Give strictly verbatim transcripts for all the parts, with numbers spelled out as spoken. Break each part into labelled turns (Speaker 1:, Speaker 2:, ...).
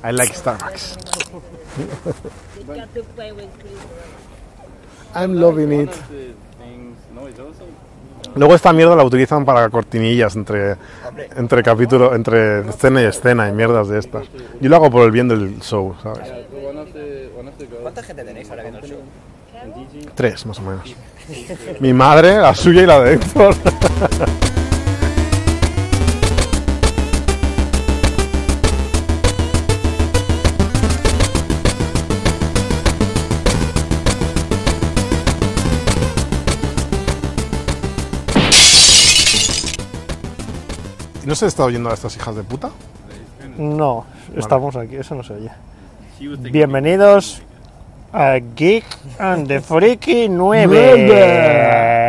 Speaker 1: I like Starbucks. I'm loving it. Luego esta mierda la utilizan para cortinillas entre, entre capítulos, entre escena y escena y mierdas de estas. Yo lo hago por el bien del show, ¿sabes?
Speaker 2: ¿Cuánta gente tenéis ahora viendo el show?
Speaker 1: Tres, más o menos. Mi madre, la suya y la de Héctor. ¿No se está oyendo a estas hijas de puta?
Speaker 3: No, estamos aquí, eso no se oye. Bienvenidos a Geek and the Freaky nueve.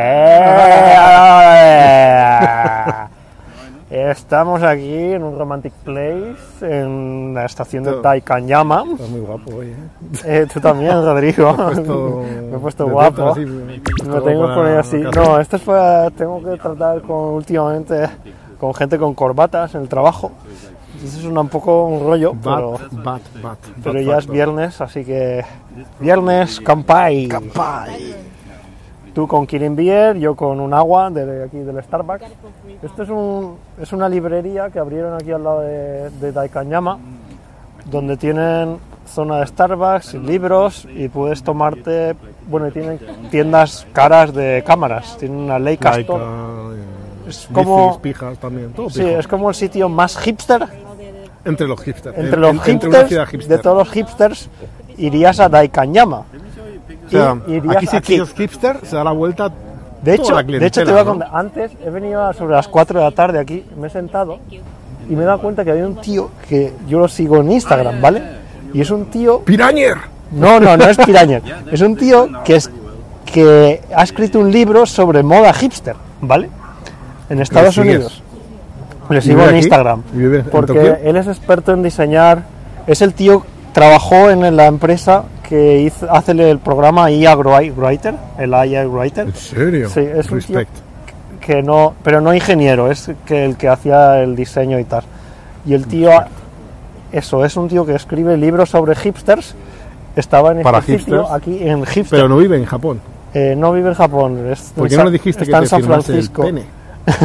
Speaker 3: Estamos aquí en un romantic place, en la estación de Daikanyama.
Speaker 1: Estás muy guapo hoy, ¿eh?
Speaker 3: Eh, tú también, Rodrigo.
Speaker 1: Me he puesto,
Speaker 3: me he puesto guapo.
Speaker 1: Así,
Speaker 3: me tengo que poner así. No, esto es para... Tengo que tratar con últimamente con gente con corbatas en el trabajo. Entonces es un poco un rollo, pero,
Speaker 1: bat, bat, bat,
Speaker 3: pero
Speaker 1: bat
Speaker 3: ya es viernes, así que... Viernes, Kampai.
Speaker 1: Kampai.
Speaker 3: Tú con Kirin Beer, yo con un agua de aquí del Starbucks. Esto es, un, es una librería que abrieron aquí al lado de, de Daikanyama, donde tienen zona de Starbucks, libros y puedes tomarte... Bueno, tienen tiendas caras de cámaras, tienen una Leica Store. Es como,
Speaker 1: pijas también, todo
Speaker 3: sí,
Speaker 1: pijo.
Speaker 3: es como el sitio más hipster.
Speaker 1: Entre los hipsters.
Speaker 3: Entre los
Speaker 1: en,
Speaker 3: hipsters,
Speaker 1: entre una ciudad hipster.
Speaker 3: de todos los hipsters, irías a Daikanyama.
Speaker 1: O sea,
Speaker 3: y irías
Speaker 1: aquí si
Speaker 3: aquí.
Speaker 1: aquellos hipster se da la vuelta.
Speaker 3: De hecho,
Speaker 1: toda la
Speaker 3: de hecho te voy a
Speaker 1: ¿no?
Speaker 3: contar. Antes he venido sobre las cuatro de la tarde aquí, me he sentado y me he dado cuenta que había un tío que yo lo sigo en Instagram, ¿vale? Y es un tío...
Speaker 1: ¡Pirañer!
Speaker 3: No, no, no es Pirañer. Es un tío que, es, que ha escrito un libro sobre moda hipster, ¿vale? En Estados Unidos. Le sigo en
Speaker 1: aquí?
Speaker 3: Instagram.
Speaker 1: ¿Vive en
Speaker 3: porque
Speaker 1: Tokio?
Speaker 3: él es experto en diseñar. Es el tío, trabajó en la empresa que hizo, hace el programa I A Writer, el I A Writer.
Speaker 1: ¿En serio?
Speaker 3: Sí, es un tío
Speaker 1: Respect.
Speaker 3: que no, pero no ingeniero, es que el que hacía el diseño y tal. Y el tío, eso, es un tío que escribe libros sobre hipsters. Estaba en
Speaker 1: ¿Para
Speaker 3: este sitio,
Speaker 1: hipsters?
Speaker 3: aquí en hipster.
Speaker 1: Pero no vive en Japón.
Speaker 3: Eh, no vive en Japón. Es,
Speaker 1: ¿Por qué
Speaker 3: está,
Speaker 1: no dijiste
Speaker 3: está
Speaker 1: que
Speaker 3: en
Speaker 1: te
Speaker 3: San
Speaker 1: firmase
Speaker 3: Francisco.
Speaker 1: el pene?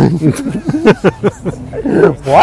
Speaker 3: What?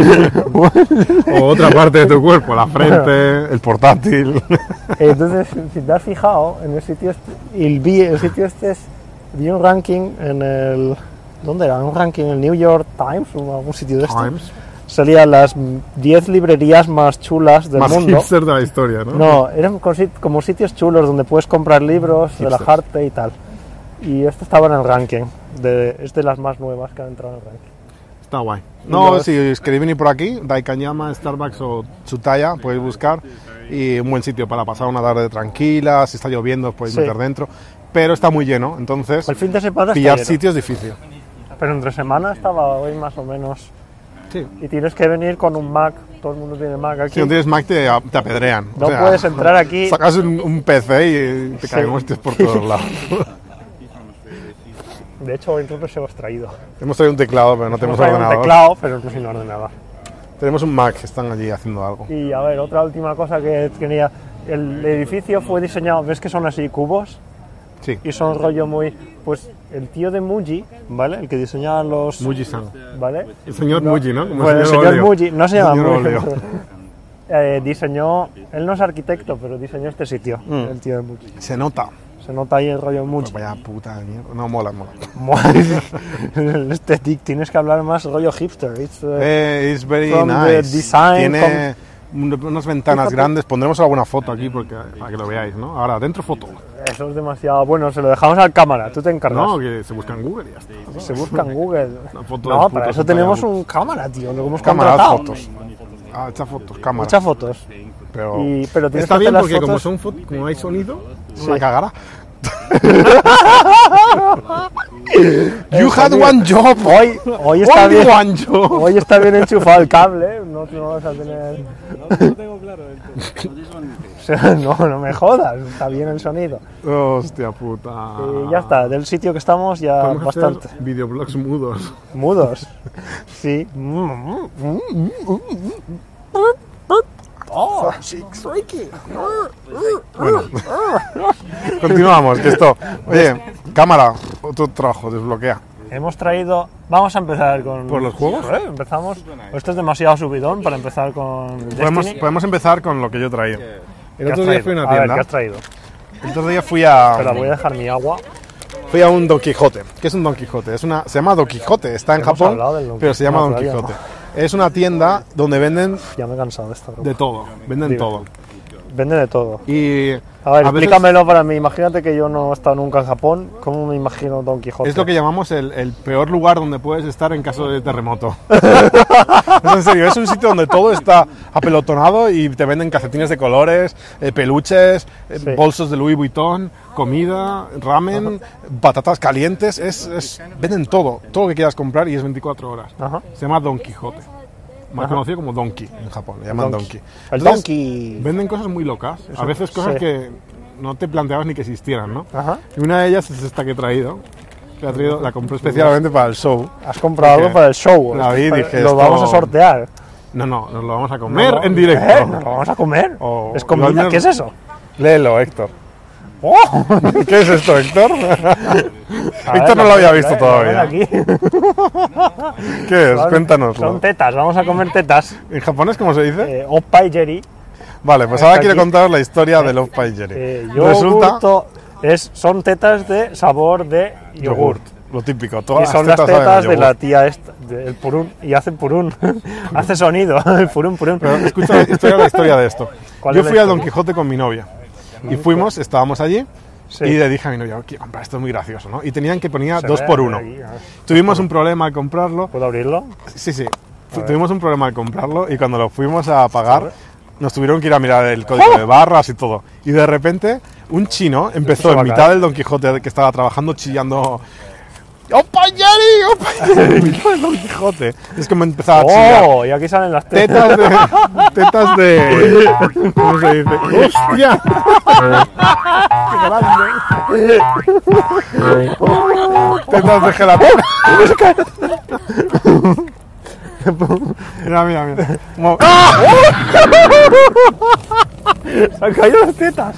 Speaker 1: O otra parte de tu cuerpo, la frente, el portátil.
Speaker 3: Entonces, si te has fijado, en el sitio este, el, vi, el sitio este es, vi un ranking en el... ¿Dónde era? Un ranking en el New York Times o algún sitio de esto.
Speaker 1: Times.
Speaker 3: Salían las diez librerías más chulas del
Speaker 1: Más
Speaker 3: mundo.
Speaker 1: hipster de la historia, ¿no?
Speaker 3: No, eran como sitios chulos donde puedes comprar libros,
Speaker 1: Hipsters.
Speaker 3: relajarte y tal. Y esto estaba en el ranking. De, es de las más nuevas que han entrado en el ranking.
Speaker 1: Está guay. No,
Speaker 3: los-
Speaker 1: si queréis venir por aquí, Daikanyama, Starbucks o Tsutaya, podéis buscar. Y un buen sitio para pasar una tarde tranquila. Si está lloviendo, os podéis
Speaker 3: Sí.
Speaker 1: meter dentro. Pero está muy lleno, entonces
Speaker 3: El fin de semana está
Speaker 1: pillar
Speaker 3: lleno.
Speaker 1: sitio es difícil.
Speaker 3: Pero entre semana estaba hoy más o menos.
Speaker 1: Sí.
Speaker 3: Y tienes que venir con un Mac. Todo el mundo tiene Mac aquí.
Speaker 1: Si no tienes Mac, te, te apedrean.
Speaker 3: No puedes entrar aquí.
Speaker 1: Sacas un, un P C y te
Speaker 3: Sí.
Speaker 1: caen hostias por todos lados.
Speaker 3: De hecho, hoy nosotros hemos traído.
Speaker 1: Hemos traído un teclado, pero no
Speaker 3: Hemos
Speaker 1: tenemos
Speaker 3: traído un
Speaker 1: ordenador.
Speaker 3: teclado, pero no sin ordenador.
Speaker 1: Tenemos un Mac, están allí haciendo algo.
Speaker 3: Y a ver, otra última cosa que quería. El edificio fue diseñado, ¿ves que son así cubos?
Speaker 1: Sí,
Speaker 3: Y son rollo muy... Pues el tío de Muji, ¿vale? El que diseñaba los...
Speaker 1: Muji-san.
Speaker 3: ¿Vale?
Speaker 1: El señor
Speaker 3: No,
Speaker 1: Muji, ¿no? Como
Speaker 3: Pues el señor
Speaker 1: Olio.
Speaker 3: Muji, no se llama
Speaker 1: Señor
Speaker 3: Muji.
Speaker 1: Olio.
Speaker 3: Eh, diseñó, él no es arquitecto, pero diseñó este sitio,
Speaker 1: Mm.
Speaker 3: el tío de Muji.
Speaker 1: Se nota.
Speaker 3: Se nota ahí el rollo Muji.
Speaker 1: Pues vaya puta de mierda. No, mola, mola.
Speaker 3: Este tic, tienes que hablar más rollo hipster. It's, uh,
Speaker 1: Eh, it's very
Speaker 3: From the
Speaker 1: nice.
Speaker 3: design,
Speaker 1: Tiene un- unas ventanas
Speaker 3: Fíjate.
Speaker 1: grandes. Pondremos alguna foto aquí porque, para que lo veáis, ¿no? Ahora, dentro foto.
Speaker 3: Eso es demasiado bueno, se lo dejamos al cámara, tú te encargas.
Speaker 1: No, que se busca en Google y ya está.
Speaker 3: Se busca en Google.
Speaker 1: Una foto
Speaker 3: No,
Speaker 1: del
Speaker 3: para
Speaker 1: puto
Speaker 3: eso tenemos
Speaker 1: Santana.
Speaker 3: un cámara, tío, lo hemos
Speaker 1: Cámaras,
Speaker 3: contratado.
Speaker 1: fotos. Ah, echa fotos, cámara.
Speaker 3: Muchas fotos.
Speaker 1: Pero,
Speaker 3: Y- pero tienes
Speaker 1: está
Speaker 3: que
Speaker 1: bien
Speaker 3: hacer las
Speaker 1: porque como
Speaker 3: fotos-
Speaker 1: son fotos, como hay sonido, no
Speaker 3: Sí.
Speaker 1: la cagará. You had
Speaker 3: sonido.
Speaker 1: one job.
Speaker 3: Hoy, hoy está
Speaker 1: Only
Speaker 3: bien.
Speaker 1: one job.
Speaker 3: Hoy está bien enchufado el cable, no, tú no vas a tener. O sea, no, no me jodas, está bien el sonido.
Speaker 1: Hostia puta.
Speaker 3: Y ya está, del sitio que estamos ya
Speaker 1: Podemos
Speaker 3: bastante.
Speaker 1: hacer videoblogs mudos.
Speaker 3: Mudos. Sí. Oh,
Speaker 1: Bueno, continuamos, que esto... Oye, cámara, otro trabajo, desbloquea.
Speaker 3: hemos traído... Vamos a empezar con...
Speaker 1: ¿Por los juegos?
Speaker 3: ¿Eh? Empezamos... Esto es demasiado subidón para empezar con
Speaker 1: Podemos,
Speaker 3: Destiny.
Speaker 1: podemos empezar con lo que yo he traído. El
Speaker 3: ¿Qué has
Speaker 1: otro día
Speaker 3: traído?
Speaker 1: fui a una
Speaker 3: A ver,
Speaker 1: tienda.
Speaker 3: ¿qué has traído?
Speaker 1: El otro día fui a...
Speaker 3: Espera, voy a dejar mi agua.
Speaker 1: Fui a un Don Quijote. ¿Qué es un Don Quijote? Es una, se llama Don Quijote, está en
Speaker 3: Hemos
Speaker 1: Japón,
Speaker 3: hablado del Don
Speaker 1: pero se llama Don
Speaker 3: Quijote. No,
Speaker 1: Quijote. Es una tienda donde venden
Speaker 3: Ya me he cansado de esta broma.
Speaker 1: de todo, venden
Speaker 3: Dime.
Speaker 1: todo.
Speaker 3: Vende de todo.
Speaker 1: Y
Speaker 3: A ver,
Speaker 1: a veces
Speaker 3: explícamelo para mí. Imagínate que yo no he estado nunca en Japón. ¿Cómo me imagino Don Quijote?
Speaker 1: es lo que llamamos el, el peor lugar donde puedes estar en caso de terremoto. Es en serio, es un sitio donde todo está apelotonado y te venden calcetines de colores, eh, peluches, eh,
Speaker 3: Sí.
Speaker 1: bolsos de Louis Vuitton, comida, ramen, patatas calientes. Es, es- venden todo, todo lo que quieras comprar y es veinticuatro horas.
Speaker 3: Ajá.
Speaker 1: Se llama Don Quijote. Más
Speaker 3: Ajá.
Speaker 1: conocido como Donkey en Japón, le llaman
Speaker 3: Donkey.
Speaker 1: Donkey.
Speaker 3: El
Speaker 1: Entonces,
Speaker 3: Donkey.
Speaker 1: Venden cosas muy locas, a veces cosas
Speaker 3: sí.
Speaker 1: que no te planteabas ni que existieran, ¿no?
Speaker 3: Ajá.
Speaker 1: Y una de ellas es esta que he traído, que he traído, la compré especialmente para el show.
Speaker 3: Has comprado
Speaker 1: Porque
Speaker 3: algo para el show.
Speaker 1: la vi y
Speaker 3: Para-
Speaker 1: dije,
Speaker 3: Lo
Speaker 1: esto-
Speaker 3: vamos a sortear.
Speaker 1: No, no, nos lo vamos a comer
Speaker 3: No,
Speaker 1: en
Speaker 3: ¿eh?
Speaker 1: directo.
Speaker 3: ¿Nos lo vamos a comer?
Speaker 1: O-
Speaker 3: ¿Es comida?
Speaker 1: igual me-
Speaker 3: ¿Qué es eso?
Speaker 1: Léelo, Héctor.
Speaker 3: ¡Oh!
Speaker 1: ¿Qué es esto, Héctor?
Speaker 3: A
Speaker 1: Héctor
Speaker 3: ver,
Speaker 1: no lo había
Speaker 3: a
Speaker 1: visto
Speaker 3: ver,
Speaker 1: todavía.
Speaker 3: a ver aquí.
Speaker 1: ¿Qué es?
Speaker 3: Son-
Speaker 1: Cuéntanoslo.
Speaker 3: Son tetas, vamos a comer tetas.
Speaker 1: ¿En japonés cómo se dice?
Speaker 3: Eh, Oppai Jerry.
Speaker 1: Vale, pues
Speaker 3: está
Speaker 1: ahora quiero
Speaker 3: aquí.
Speaker 1: contaros la historia de Love Pie Jerry.
Speaker 3: Eh,
Speaker 1: Resulta...
Speaker 3: yogurto- es, son tetas de sabor de yogurt.
Speaker 1: Lo típico, todas
Speaker 3: Y son
Speaker 1: las
Speaker 3: las
Speaker 1: tetas saben a
Speaker 3: tetas de la
Speaker 1: yogur.
Speaker 3: tía esta, del purún. Y hacen purún. Hace sonido, el purún, purún.
Speaker 1: Pero escucha, escucha la historia de esto.
Speaker 3: ¿Cuál
Speaker 1: Yo
Speaker 3: es la
Speaker 1: fui al
Speaker 3: historia?
Speaker 1: Don Quijote con mi novia. Y fuimos, estábamos allí,
Speaker 3: Sí.
Speaker 1: y le dije a mi novia, quiero comprar esto, es muy gracioso, ¿no? Y tenían que poner
Speaker 3: Se
Speaker 1: dos
Speaker 3: ve
Speaker 1: por uno.
Speaker 3: aquí, a ver.
Speaker 1: Tuvimos un problema al comprarlo.
Speaker 3: ¿Puedo abrirlo?
Speaker 1: Sí, sí. Fu- Tuvimos un problema al comprarlo y cuando lo fuimos a pagar, nos tuvieron que ir a mirar el código de barras y todo. Y de repente, un chino empezó
Speaker 3: se va
Speaker 1: en
Speaker 3: a
Speaker 1: mitad
Speaker 3: caer.
Speaker 1: del Don Quijote que estaba trabajando chillando. ¡Opa, Jerry! ¡Opa, Jerry! En mitad del Don Quijote. Es como empezaba a chillar.
Speaker 3: ¡Oh! Y aquí salen las tetas.
Speaker 1: Tetas de. Tetas de. ¿Cómo se dice? ¡Hostia! ¡Qué grande! Tetas de gelatina. Mira, mira, mira. Como- ¡Ah!
Speaker 3: Se han caído las tetas.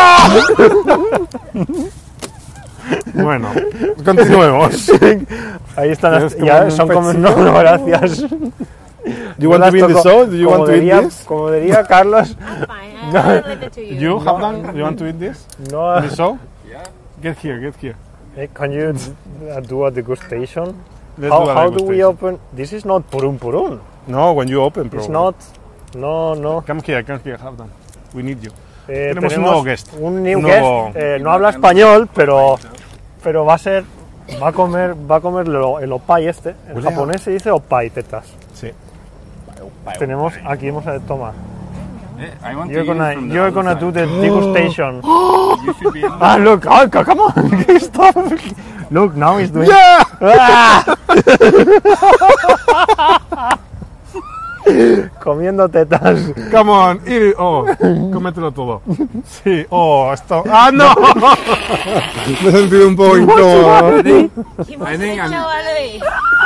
Speaker 1: Bueno, continuemos.
Speaker 3: Ahí están las
Speaker 1: Es como
Speaker 3: ya
Speaker 1: un
Speaker 3: son como
Speaker 1: pechito.
Speaker 3: no, no, gracias.
Speaker 1: You want to be in the show? Do you
Speaker 3: como
Speaker 1: want to eat
Speaker 3: diría,
Speaker 1: this?
Speaker 3: Como diría Carlos,
Speaker 4: Fine, I'll leave it to you.
Speaker 1: You have done? You want to eat this?
Speaker 3: no,
Speaker 1: In the show? Get here, get here.
Speaker 3: eh, can you uh, do a degustation?
Speaker 1: Let's
Speaker 3: How,
Speaker 1: do a
Speaker 3: how do we
Speaker 1: degustation.
Speaker 3: open? This is not purun purun.
Speaker 1: No, when you open, bro.
Speaker 3: It's not. No, no.
Speaker 1: Come here, come here, have done. We need you.
Speaker 3: Eh,
Speaker 1: Tenemos un nuevo guest.
Speaker 3: Un new
Speaker 1: Un nuevo-
Speaker 3: guest. eh, no habla español, pero pero va a ser va a comer va a comer lo- el oppai este. En
Speaker 1: Huele a-
Speaker 3: japonés se dice oppai tetas.
Speaker 1: Sí.
Speaker 3: Tenemos aquí hemos a toma.
Speaker 2: I want
Speaker 3: You're
Speaker 2: to
Speaker 3: gonna
Speaker 2: use from the
Speaker 3: you're
Speaker 2: other
Speaker 3: gonna
Speaker 2: side.
Speaker 3: do the degustation.
Speaker 2: You should be able to-
Speaker 3: Ah, look, oh, c- come on, stop. Look, now he's doing.
Speaker 1: Yeah!
Speaker 3: ¡Ah! Comiendo tetas.
Speaker 1: Come on, eat it. Oh, cómetelo todo. Sí, oh, esto. ¡Ah, no! Me he sentido un poco incómodo.
Speaker 2: I think
Speaker 4: Mucho
Speaker 2: I'm-
Speaker 4: vale.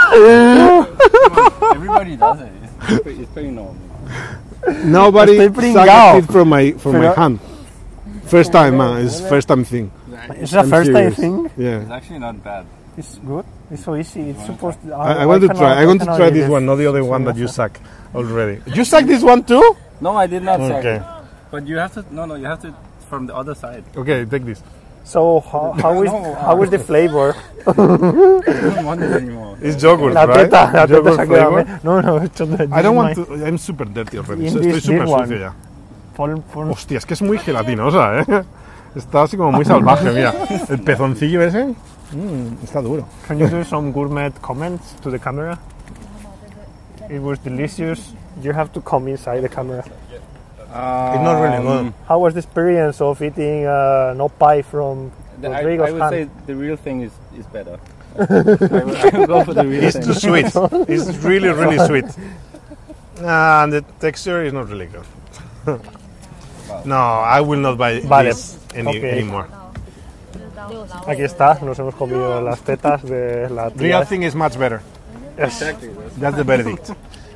Speaker 2: Everybody does it. It's pretty, it's pretty normal.
Speaker 1: Nobody
Speaker 3: Estoy
Speaker 1: sucked
Speaker 3: pringao.
Speaker 1: it from my, from my
Speaker 3: Pero-
Speaker 1: hand. First time, man. It's first time thing.
Speaker 3: It's a
Speaker 1: I'm
Speaker 3: first time
Speaker 1: serious.
Speaker 3: thing.
Speaker 1: Yeah.
Speaker 2: It's actually not bad.
Speaker 3: It's good. It's so easy. It's supposed. To,
Speaker 1: I, I want to
Speaker 3: cannot-
Speaker 1: try. I want to
Speaker 3: cannot
Speaker 1: try
Speaker 3: eat
Speaker 1: this
Speaker 3: it.
Speaker 1: one, not the other one that you suck already. You suck this one too?
Speaker 2: No, I did not suck
Speaker 1: Okay.
Speaker 2: it. But you have to. No, no, you have to from the other side.
Speaker 1: Okay, take this.
Speaker 3: So how, how is
Speaker 2: No,
Speaker 3: how is the flavor?
Speaker 2: I don't want it anymore.
Speaker 1: It's yogurt,
Speaker 3: La
Speaker 1: right?
Speaker 3: teta, la teta
Speaker 1: Yogurt
Speaker 3: se ha quedado.
Speaker 1: flavor.
Speaker 3: No, no, esto de-
Speaker 1: I don't want
Speaker 3: my-
Speaker 1: to. I'm super dirty already.
Speaker 3: In
Speaker 1: So-
Speaker 3: this
Speaker 1: Estoy super
Speaker 3: big one.
Speaker 1: sucio ya.
Speaker 3: Pon- pon-
Speaker 1: Hostia, es que es muy gelatinosa, ¿eh? Está así como muy salvaje, mira. El pezoncillo ese. mm, está duro.
Speaker 3: Can you do some gourmet comments to the camera? It was delicious. You have to come inside the camera.
Speaker 2: Um,
Speaker 1: It's not really good.
Speaker 3: How was the experience of eating uh, no pie from
Speaker 2: the- I,
Speaker 3: Rodrigo's
Speaker 2: I would
Speaker 3: hand?
Speaker 2: say the real thing is, is better. I, will, I will go for the real
Speaker 1: It's
Speaker 2: thing.
Speaker 1: too sweet. It's really, really sweet. And the texture is not really good. No, I will not buy
Speaker 3: Vale,
Speaker 1: this any,
Speaker 3: okay.
Speaker 1: anymore.
Speaker 3: Aquí está, nos hemos comido las tetas de la tía.
Speaker 1: Real thing is much better.
Speaker 3: Yes.
Speaker 2: Exactly.
Speaker 1: That's the verdict.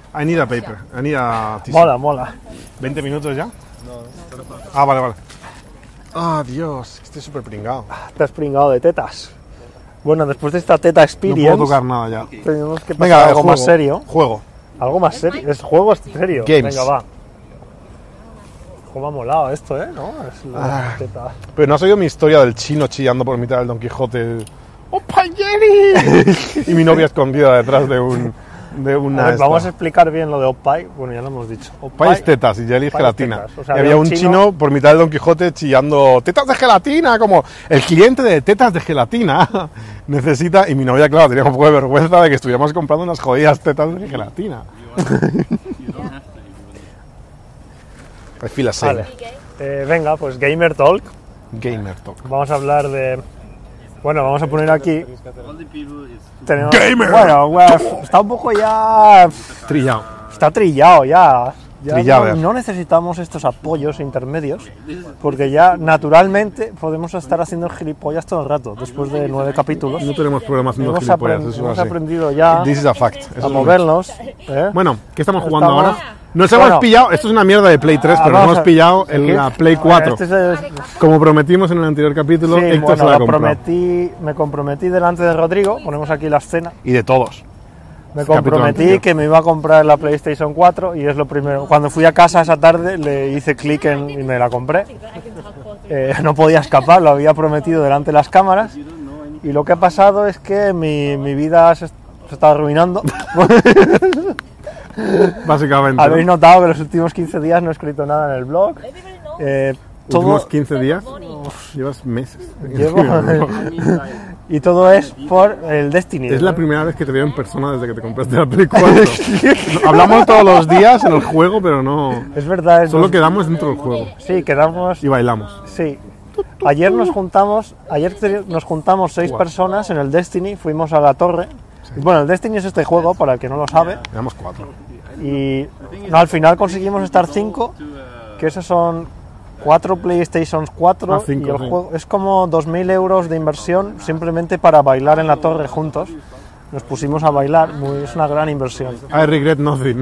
Speaker 1: I need a paper. I need a tissue.
Speaker 3: Mola, mola.
Speaker 1: ¿veinte minutos ya? Ah, vale, vale. Ah, Dios, estoy súper pringado.
Speaker 3: Te has pringado de tetas. Bueno, después de esta teta
Speaker 1: No
Speaker 3: experience,
Speaker 1: puedo tocar nada ya.
Speaker 3: tenemos que pasar
Speaker 1: Venga,
Speaker 3: a
Speaker 1: el
Speaker 3: algo
Speaker 1: juego.
Speaker 3: más serio.
Speaker 1: Juego.
Speaker 3: Algo más serio. Es juego serio.
Speaker 1: Games.
Speaker 3: Venga, va. Cómo ha molado esto, ¿eh? ¿No? Es la
Speaker 1: Ah.
Speaker 3: teta.
Speaker 1: Pero no has oído mi historia del chino chillando por mitad del Don Quijote. ¡Opa, Jenny! Y mi novia escondida detrás de un... De una
Speaker 3: A ver,
Speaker 1: esta.
Speaker 3: vamos a explicar bien lo de Oppai. Bueno, ya lo hemos dicho.
Speaker 1: Oppai es tetas y jelly es
Speaker 3: Oppai es
Speaker 1: gelatina.
Speaker 3: tetas. O sea,
Speaker 1: y
Speaker 3: había
Speaker 1: había
Speaker 3: un
Speaker 1: un
Speaker 3: chino-
Speaker 1: chino por mitad del Don Quijote chillando ¡tetas de gelatina! Como el cliente de tetas de gelatina necesita... Y mi novia, claro, tenía un poco de vergüenza de que estuviéramos comprando unas jodidas tetas de gelatina. I feel the same.
Speaker 3: Vale. Eh, venga, pues Gamer Talk.
Speaker 1: Gamer talk.
Speaker 3: Vamos a hablar de... Bueno, vamos a poner aquí...
Speaker 2: All the people is
Speaker 3: Tenemos,
Speaker 1: Gamer.
Speaker 3: Bueno, bueno, está un poco ya...
Speaker 1: Trillado.
Speaker 3: Está trillado ya. Ya
Speaker 1: Trillader.
Speaker 3: no, no necesitamos estos apoyos intermedios, porque ya naturalmente podemos estar haciendo gilipollas todo el rato, después de nueve capítulos.
Speaker 1: No tenemos problemas haciendo
Speaker 3: Hemos,
Speaker 1: gilipollas,
Speaker 3: aprend-
Speaker 1: eso
Speaker 3: hemos
Speaker 1: es así.
Speaker 3: aprendido ya
Speaker 1: This is a fact. Eso
Speaker 3: a
Speaker 1: es un
Speaker 3: movernos. ¿eh?
Speaker 1: Bueno, ¿qué estamos jugando
Speaker 3: Estamos-
Speaker 1: ahora? Nos
Speaker 3: Bueno.
Speaker 1: hemos pillado, esto es una mierda de Play tres,
Speaker 3: Ah,
Speaker 1: pero nos
Speaker 3: vamos
Speaker 1: hemos
Speaker 3: a-
Speaker 1: pillado en
Speaker 3: ¿Qué?
Speaker 1: la Play cuatro.
Speaker 3: Este es el-
Speaker 1: Como prometimos en el anterior capítulo,
Speaker 3: sí,
Speaker 1: Héctor
Speaker 3: bueno,
Speaker 1: se la
Speaker 3: lo
Speaker 1: compró.
Speaker 3: prometí, me comprometí delante de Rodrigo, ponemos aquí la escena.
Speaker 1: Y de todos.
Speaker 3: Me
Speaker 1: Capítulo
Speaker 3: comprometí
Speaker 1: anterior.
Speaker 3: que me iba a comprar la PlayStation cuatro y es lo primero. Cuando fui a casa esa tarde le hice clic en, y me la compré. Eh, no podía escapar, lo había prometido delante de las cámaras. Y lo que ha pasado es que mi, mi vida se, se está arruinando.
Speaker 1: Básicamente.
Speaker 3: Habéis notado que los últimos quince días no he escrito nada en el blog. Eh, todo,
Speaker 1: Últimos quince días, llevas meses.
Speaker 3: llevo- y todo es por el Destiny.
Speaker 1: Es la
Speaker 3: ¿no?
Speaker 1: primera vez que te veo en persona desde que te compraste la Play cuatro. No, hablamos todos los días en el juego, pero no...
Speaker 3: Es verdad. es-
Speaker 1: Solo quedamos dentro del juego
Speaker 3: Sí, quedamos...
Speaker 1: y bailamos.
Speaker 3: Sí. Ayer nos juntamos, ayer te- nos juntamos seis
Speaker 1: Guau.
Speaker 3: personas en el Destiny, fuimos a la torre. Bueno, el Destiny es este juego, para el que no lo sabe,
Speaker 1: Éramos cuatro.
Speaker 3: y no, al final conseguimos estar cinco, que esos son cuatro PlayStation cuatro,
Speaker 1: Ah, cinco,
Speaker 3: y el
Speaker 1: sí.
Speaker 3: juego es como dos mil euros de inversión simplemente para bailar en la torre juntos. Nos pusimos a bailar, muy, es una gran inversión.
Speaker 1: I regret nothing.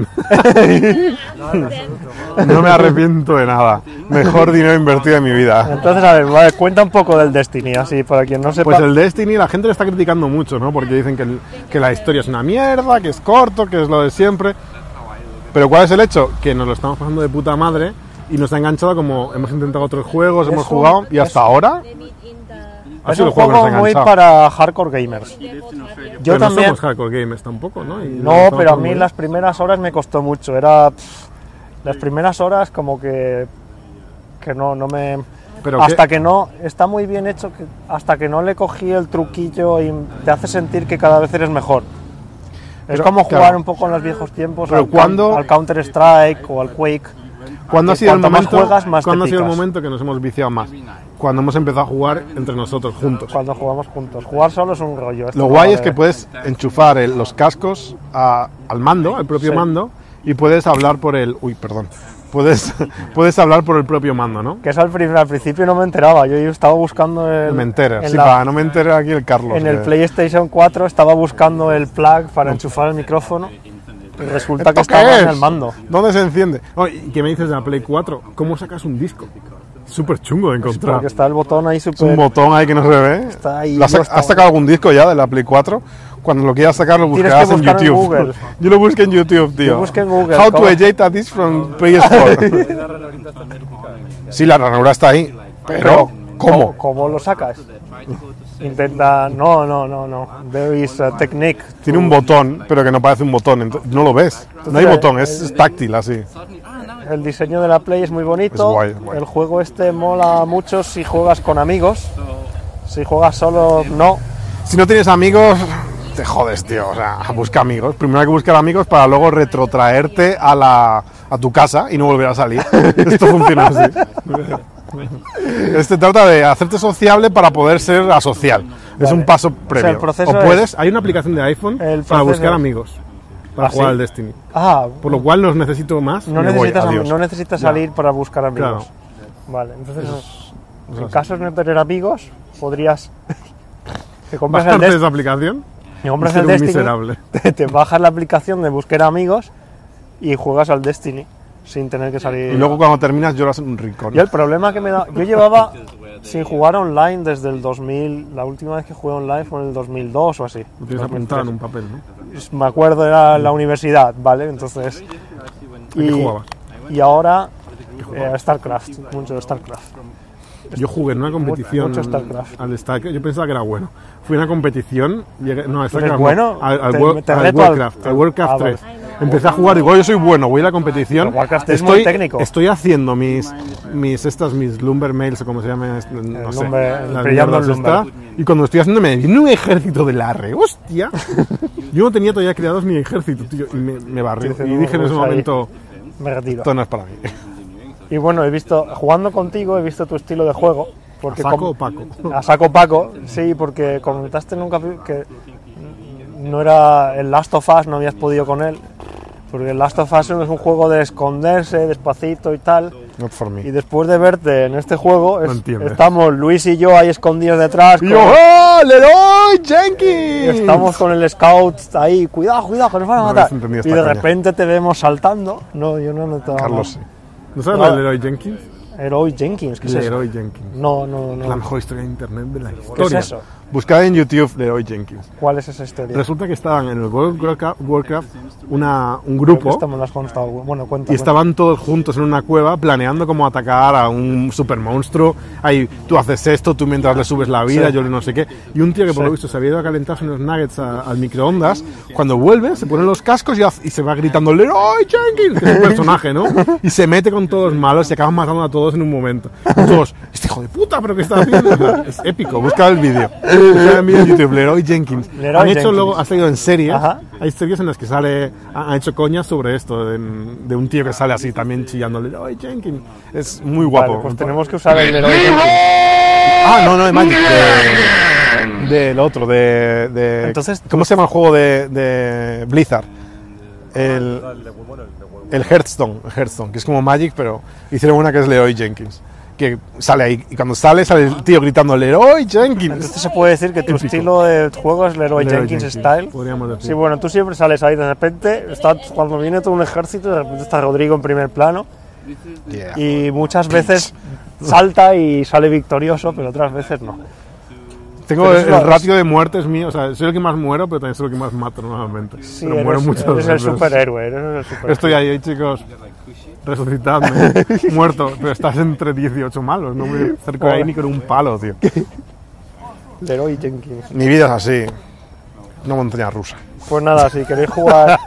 Speaker 1: No me arrepiento de nada. Mejor dinero invertido en mi vida.
Speaker 3: Entonces, a ver, vale, cuenta un poco del Destiny, así para quien no sepa.
Speaker 1: Pues el Destiny, la gente lo está criticando mucho, ¿no? Porque dicen que, el- que la historia es una mierda, que es corto, que es lo de siempre. Pero ¿cuál es el hecho? Que nos lo estamos pasando de puta madre y nos ha enganchado como hemos intentado otros juegos,
Speaker 3: Es
Speaker 1: hemos
Speaker 3: un-
Speaker 1: jugado y hasta
Speaker 3: es-
Speaker 1: ahora ha
Speaker 3: Es
Speaker 1: sido
Speaker 3: un
Speaker 1: el juego que nos
Speaker 3: juego
Speaker 1: ha
Speaker 3: muy
Speaker 1: enganchado.
Speaker 3: para hardcore gamers. Yo
Speaker 1: Pero
Speaker 3: también.
Speaker 1: no somos hardcore gamers tampoco, ¿no? Y lo
Speaker 3: No,
Speaker 1: estamos
Speaker 3: pero a
Speaker 1: pasando
Speaker 3: mí
Speaker 1: bien.
Speaker 3: las primeras horas me costó mucho. Era pff, las primeras horas como que que no no me
Speaker 1: Pero
Speaker 3: hasta
Speaker 1: qué-
Speaker 3: que no está muy bien hecho que hasta que no le cogí el truquillo y te hace sentir que cada vez eres mejor. Es
Speaker 1: Pero,
Speaker 3: como jugar
Speaker 1: claro.
Speaker 3: un poco en los viejos tiempos
Speaker 1: Pero
Speaker 3: al,
Speaker 1: ¿cuándo-
Speaker 3: al Counter Strike o al Quake.
Speaker 1: ¿Cuándo ha
Speaker 3: que
Speaker 1: sido el
Speaker 3: cuanto más
Speaker 1: momento,
Speaker 3: juegas, más te
Speaker 1: ¿cuándo ha sido el
Speaker 3: picas.
Speaker 1: momento que nos hemos viciado más? Cuando hemos empezado a jugar entre nosotros juntos.
Speaker 3: Cuando jugamos juntos. Jugar solo es un rollo. Esto
Speaker 1: Lo
Speaker 3: no
Speaker 1: guay
Speaker 3: vale.
Speaker 1: es que puedes enchufar el- los cascos a- al mando, al propio
Speaker 3: Sí.
Speaker 1: mando, y puedes hablar por el... Uy, perdón. Puedes, puedes hablar por el propio mando, ¿no?
Speaker 3: Que eso al, prim- al principio no me enteraba. Yo estaba buscando el,
Speaker 1: Me enteras.
Speaker 3: en
Speaker 1: Sí,
Speaker 3: la-
Speaker 1: para no me entere aquí el Carlos.
Speaker 3: En el
Speaker 1: que-
Speaker 3: PlayStation cuatro estaba buscando el plug para enchufar el micrófono y resulta que
Speaker 1: ¿Esto
Speaker 3: estaba
Speaker 1: qué
Speaker 3: en
Speaker 1: es?
Speaker 3: el mando.
Speaker 1: ¿Dónde se enciende? Oh, ¿y ¿Qué me dices de la Play cuatro? ¿Cómo sacas un disco? Súper chungo de encontrar.
Speaker 3: Porque está el botón ahí
Speaker 1: Es un
Speaker 3: súper...
Speaker 1: botón ahí que no se ve.
Speaker 3: Está ahí,
Speaker 1: ¿Lo has,
Speaker 3: yo
Speaker 1: sac-
Speaker 3: estaba-
Speaker 1: has sacado algún disco ya de la Play cuatro? Cuando lo quieras sacar lo
Speaker 3: Tienes
Speaker 1: buscarás
Speaker 3: que
Speaker 1: en
Speaker 3: buscar en
Speaker 1: YouTube.
Speaker 3: Google.
Speaker 1: Yo lo busqué en YouTube, tío.
Speaker 3: Yo busqué en Google,
Speaker 1: How
Speaker 3: ¿cómo?
Speaker 1: to eject a disc from P S cuatro. Sí, la ranura está ahí. Pero, ¿cómo?
Speaker 3: ¿Cómo lo sacas? Intenta... No, no, no, no. There is a technique.
Speaker 1: Tiene un botón, pero que no parece un botón. ento- No lo ves. No hay
Speaker 3: Entonces,
Speaker 1: botón, es, es táctil así.
Speaker 3: El diseño de la Play es muy bonito.
Speaker 1: Es guay, es guay.
Speaker 3: El juego este mola mucho si juegas con amigos. Si juegas solo, no.
Speaker 1: Si no tienes amigos, te jodes, tío. O sea, busca amigos. Primero hay que buscar amigos para luego retrotraerte a, la, a tu casa y no volver a salir. Esto funciona así. Este trata de hacerte sociable para poder ser asocial. Es
Speaker 3: Vale.
Speaker 1: un paso
Speaker 3: O sea,
Speaker 1: previo.
Speaker 3: el proceso
Speaker 1: o puedes, hay una aplicación de iPhone
Speaker 3: El
Speaker 1: para
Speaker 3: proceso
Speaker 1: buscar
Speaker 3: es-
Speaker 1: amigos, para
Speaker 3: ¿Ah,
Speaker 1: jugar
Speaker 3: sí?
Speaker 1: al Destiny.
Speaker 3: Ah,
Speaker 1: Por lo cual los necesito más.
Speaker 3: no
Speaker 1: me voy,
Speaker 3: necesitas,
Speaker 1: adiós.
Speaker 3: no necesitas
Speaker 1: Ya.
Speaker 3: salir para buscar amigos.
Speaker 1: Claro.
Speaker 3: Vale, entonces en
Speaker 1: así.
Speaker 3: caso de no tener amigos, podrías... Te compras el,
Speaker 1: Bastante de
Speaker 3: Dest-
Speaker 1: esa aplicación.
Speaker 3: te compras
Speaker 1: y ser
Speaker 3: el
Speaker 1: un
Speaker 3: Destiny,
Speaker 1: miserable.
Speaker 3: te, te bajas la aplicación de buscar amigos y juegas al Destiny sin tener que salir.
Speaker 1: Y luego cuando terminas lloras en un rincón.
Speaker 3: Y el problema que me da... Yo llevaba sin jugar online desde el dos mil... La última vez que jugué online fue en el dos mil dos o así.
Speaker 1: Lo tienes apuntado en un papel, ¿no?
Speaker 3: Me acuerdo, era la universidad, ¿vale? Entonces...
Speaker 1: ¿A qué jugabas?
Speaker 3: Y ahora... Eh, StarCraft, mucho StarCraft.
Speaker 1: Yo jugué en una competición
Speaker 3: Mucho StarCraft.
Speaker 1: al StarCraft, yo pensaba que era bueno. Fui a una competición, llegué, no, a StarCraft,
Speaker 3: ¿Eres bueno?
Speaker 1: no, al, al,
Speaker 3: Te-
Speaker 1: World-
Speaker 3: te
Speaker 1: al
Speaker 3: reto al-
Speaker 1: Warcraft, al Warcraft
Speaker 3: Ah,
Speaker 1: tres.
Speaker 3: vale.
Speaker 1: Empecé a jugar, digo, yo soy bueno, voy a la competición.
Speaker 3: Pero Warcraft es
Speaker 1: estoy,
Speaker 3: muy técnico.
Speaker 1: Estoy haciendo mis, mis estas, mis lumber mails, o como se llama, no sé,
Speaker 3: lumber-
Speaker 1: las
Speaker 3: brillando
Speaker 1: mierdas
Speaker 3: el lumber.
Speaker 1: estas, y cuando estoy haciendo me viene un ejército de larre, hostia. Yo no tenía todavía creados mi ejército, tío, y me, me barrió.
Speaker 3: Dice,
Speaker 1: Y
Speaker 3: no,
Speaker 1: dije en ese
Speaker 3: pues ahí.
Speaker 1: momento,
Speaker 3: Me retiro.
Speaker 1: esto no es para mí.
Speaker 3: Y bueno, he visto... Jugando contigo he visto tu estilo de juego. Porque
Speaker 1: ¿A saco
Speaker 3: com-
Speaker 1: o Paco?
Speaker 3: A saco Paco, sí, porque comentaste en un capítulo que no era el Last of Us, no habías podido con él, porque el Last of Us es un juego de esconderse despacito y tal,
Speaker 1: Not for me.
Speaker 3: y después de verte en este juego, es-
Speaker 1: No entiendes.
Speaker 3: estamos Luis y yo ahí escondidos detrás,
Speaker 1: Y
Speaker 3: con-
Speaker 1: yo, ¡oh, Leroy Jenkins!
Speaker 3: estamos con el scout ahí, cuidado, cuidado, que nos van a
Speaker 1: No
Speaker 3: matar,
Speaker 1: habéis entendido
Speaker 3: y
Speaker 1: esta
Speaker 3: de
Speaker 1: coña.
Speaker 3: repente te vemos saltando, no, yo no he notado
Speaker 1: Carlos, sí.
Speaker 3: nada.
Speaker 1: ¿No sabes
Speaker 3: No.
Speaker 1: lo de Leroy Jenkins?
Speaker 3: Leroy Jenkins, ¿qué es eso?
Speaker 1: Leroy Jenkins.
Speaker 3: No, no,
Speaker 1: La
Speaker 3: no,
Speaker 1: mejor historia de internet de la historia.
Speaker 3: eso?
Speaker 1: Buscad en YouTube Leroy Jenkins.
Speaker 3: ¿cuál es esa historia?
Speaker 1: Resulta que estaban en el World of Warcraft- Warcraft una, un
Speaker 3: Creo que
Speaker 1: grupo
Speaker 3: esta me la has contado. Bueno, cuenta.
Speaker 1: y estaban todos juntos en una cueva planeando cómo atacar a un super monstruo. Ahí tú haces esto, tú mientras le subes la vida,
Speaker 3: Sí.
Speaker 1: yo no sé qué. Y un tío que por
Speaker 3: Sí.
Speaker 1: lo visto se había ido a calentarse unos nuggets a- al microondas, cuando vuelve se pone los cascos y, hace- y se va gritando Leroy Jenkins, que es un personaje, ¿no? Y se mete con todos los malos y acaban matando a todos en un momento. Y todos, este hijo de puta, pero ¿qué está haciendo? Es épico, busca el vídeo. Busca el vídeo en YouTube, Leroy Jenkins.
Speaker 3: Leroy
Speaker 1: Han hecho
Speaker 3: Jenkins.
Speaker 1: luego, ha salido en series.
Speaker 3: Ajá.
Speaker 1: Hay series en las que sale, han hecho coñas sobre esto, de, de un tío que sale así también chillando Leroy Jenkins. Es muy guapo.
Speaker 3: Vale, pues tenemos que usar el Leroy Jenkins.
Speaker 1: Ah, no, no, de Magic. De, del otro, de, de-
Speaker 3: Entonces,
Speaker 1: ¿cómo se llama el juego de, de Blizzard? El, el Hearthstone, el Hearthstone, que es como Magic, pero hicieron una que es Leroy Jenkins. Que sale ahí, y cuando sale, sale el tío gritando Leroy Jenkins.
Speaker 3: Entonces se puede decir que tu
Speaker 1: Épico.
Speaker 3: estilo de juego es Leroy,
Speaker 1: Leroy
Speaker 3: Jenkins,
Speaker 1: Jenkins,
Speaker 3: style.
Speaker 1: podríamos decir.
Speaker 3: Sí, bueno, tú siempre sales ahí, de repente, está, cuando viene todo un ejército, de repente está Rodrigo en primer plano
Speaker 1: Yeah.
Speaker 3: y muchas veces salta y sale victorioso, pero otras veces no.
Speaker 1: Tengo
Speaker 3: Pero
Speaker 1: el,
Speaker 3: eso lo-
Speaker 1: el ratio de muertes mío, o sea, soy el que más muero, pero también soy el que más mato normalmente.
Speaker 3: Sí,
Speaker 1: pero muero
Speaker 3: eres,
Speaker 1: muchas
Speaker 3: eres el
Speaker 1: veces.
Speaker 3: superhéroe, eres el superhéroe.
Speaker 1: Estoy ahí, ahí, chicos, resucitadme, muerto, pero estás entre dieciocho malos, no me acerco ahí ni con un palo, tío.
Speaker 3: Leroy Jenkins.
Speaker 1: Mi vida es así, una montaña rusa.
Speaker 3: Pues nada, si queréis jugar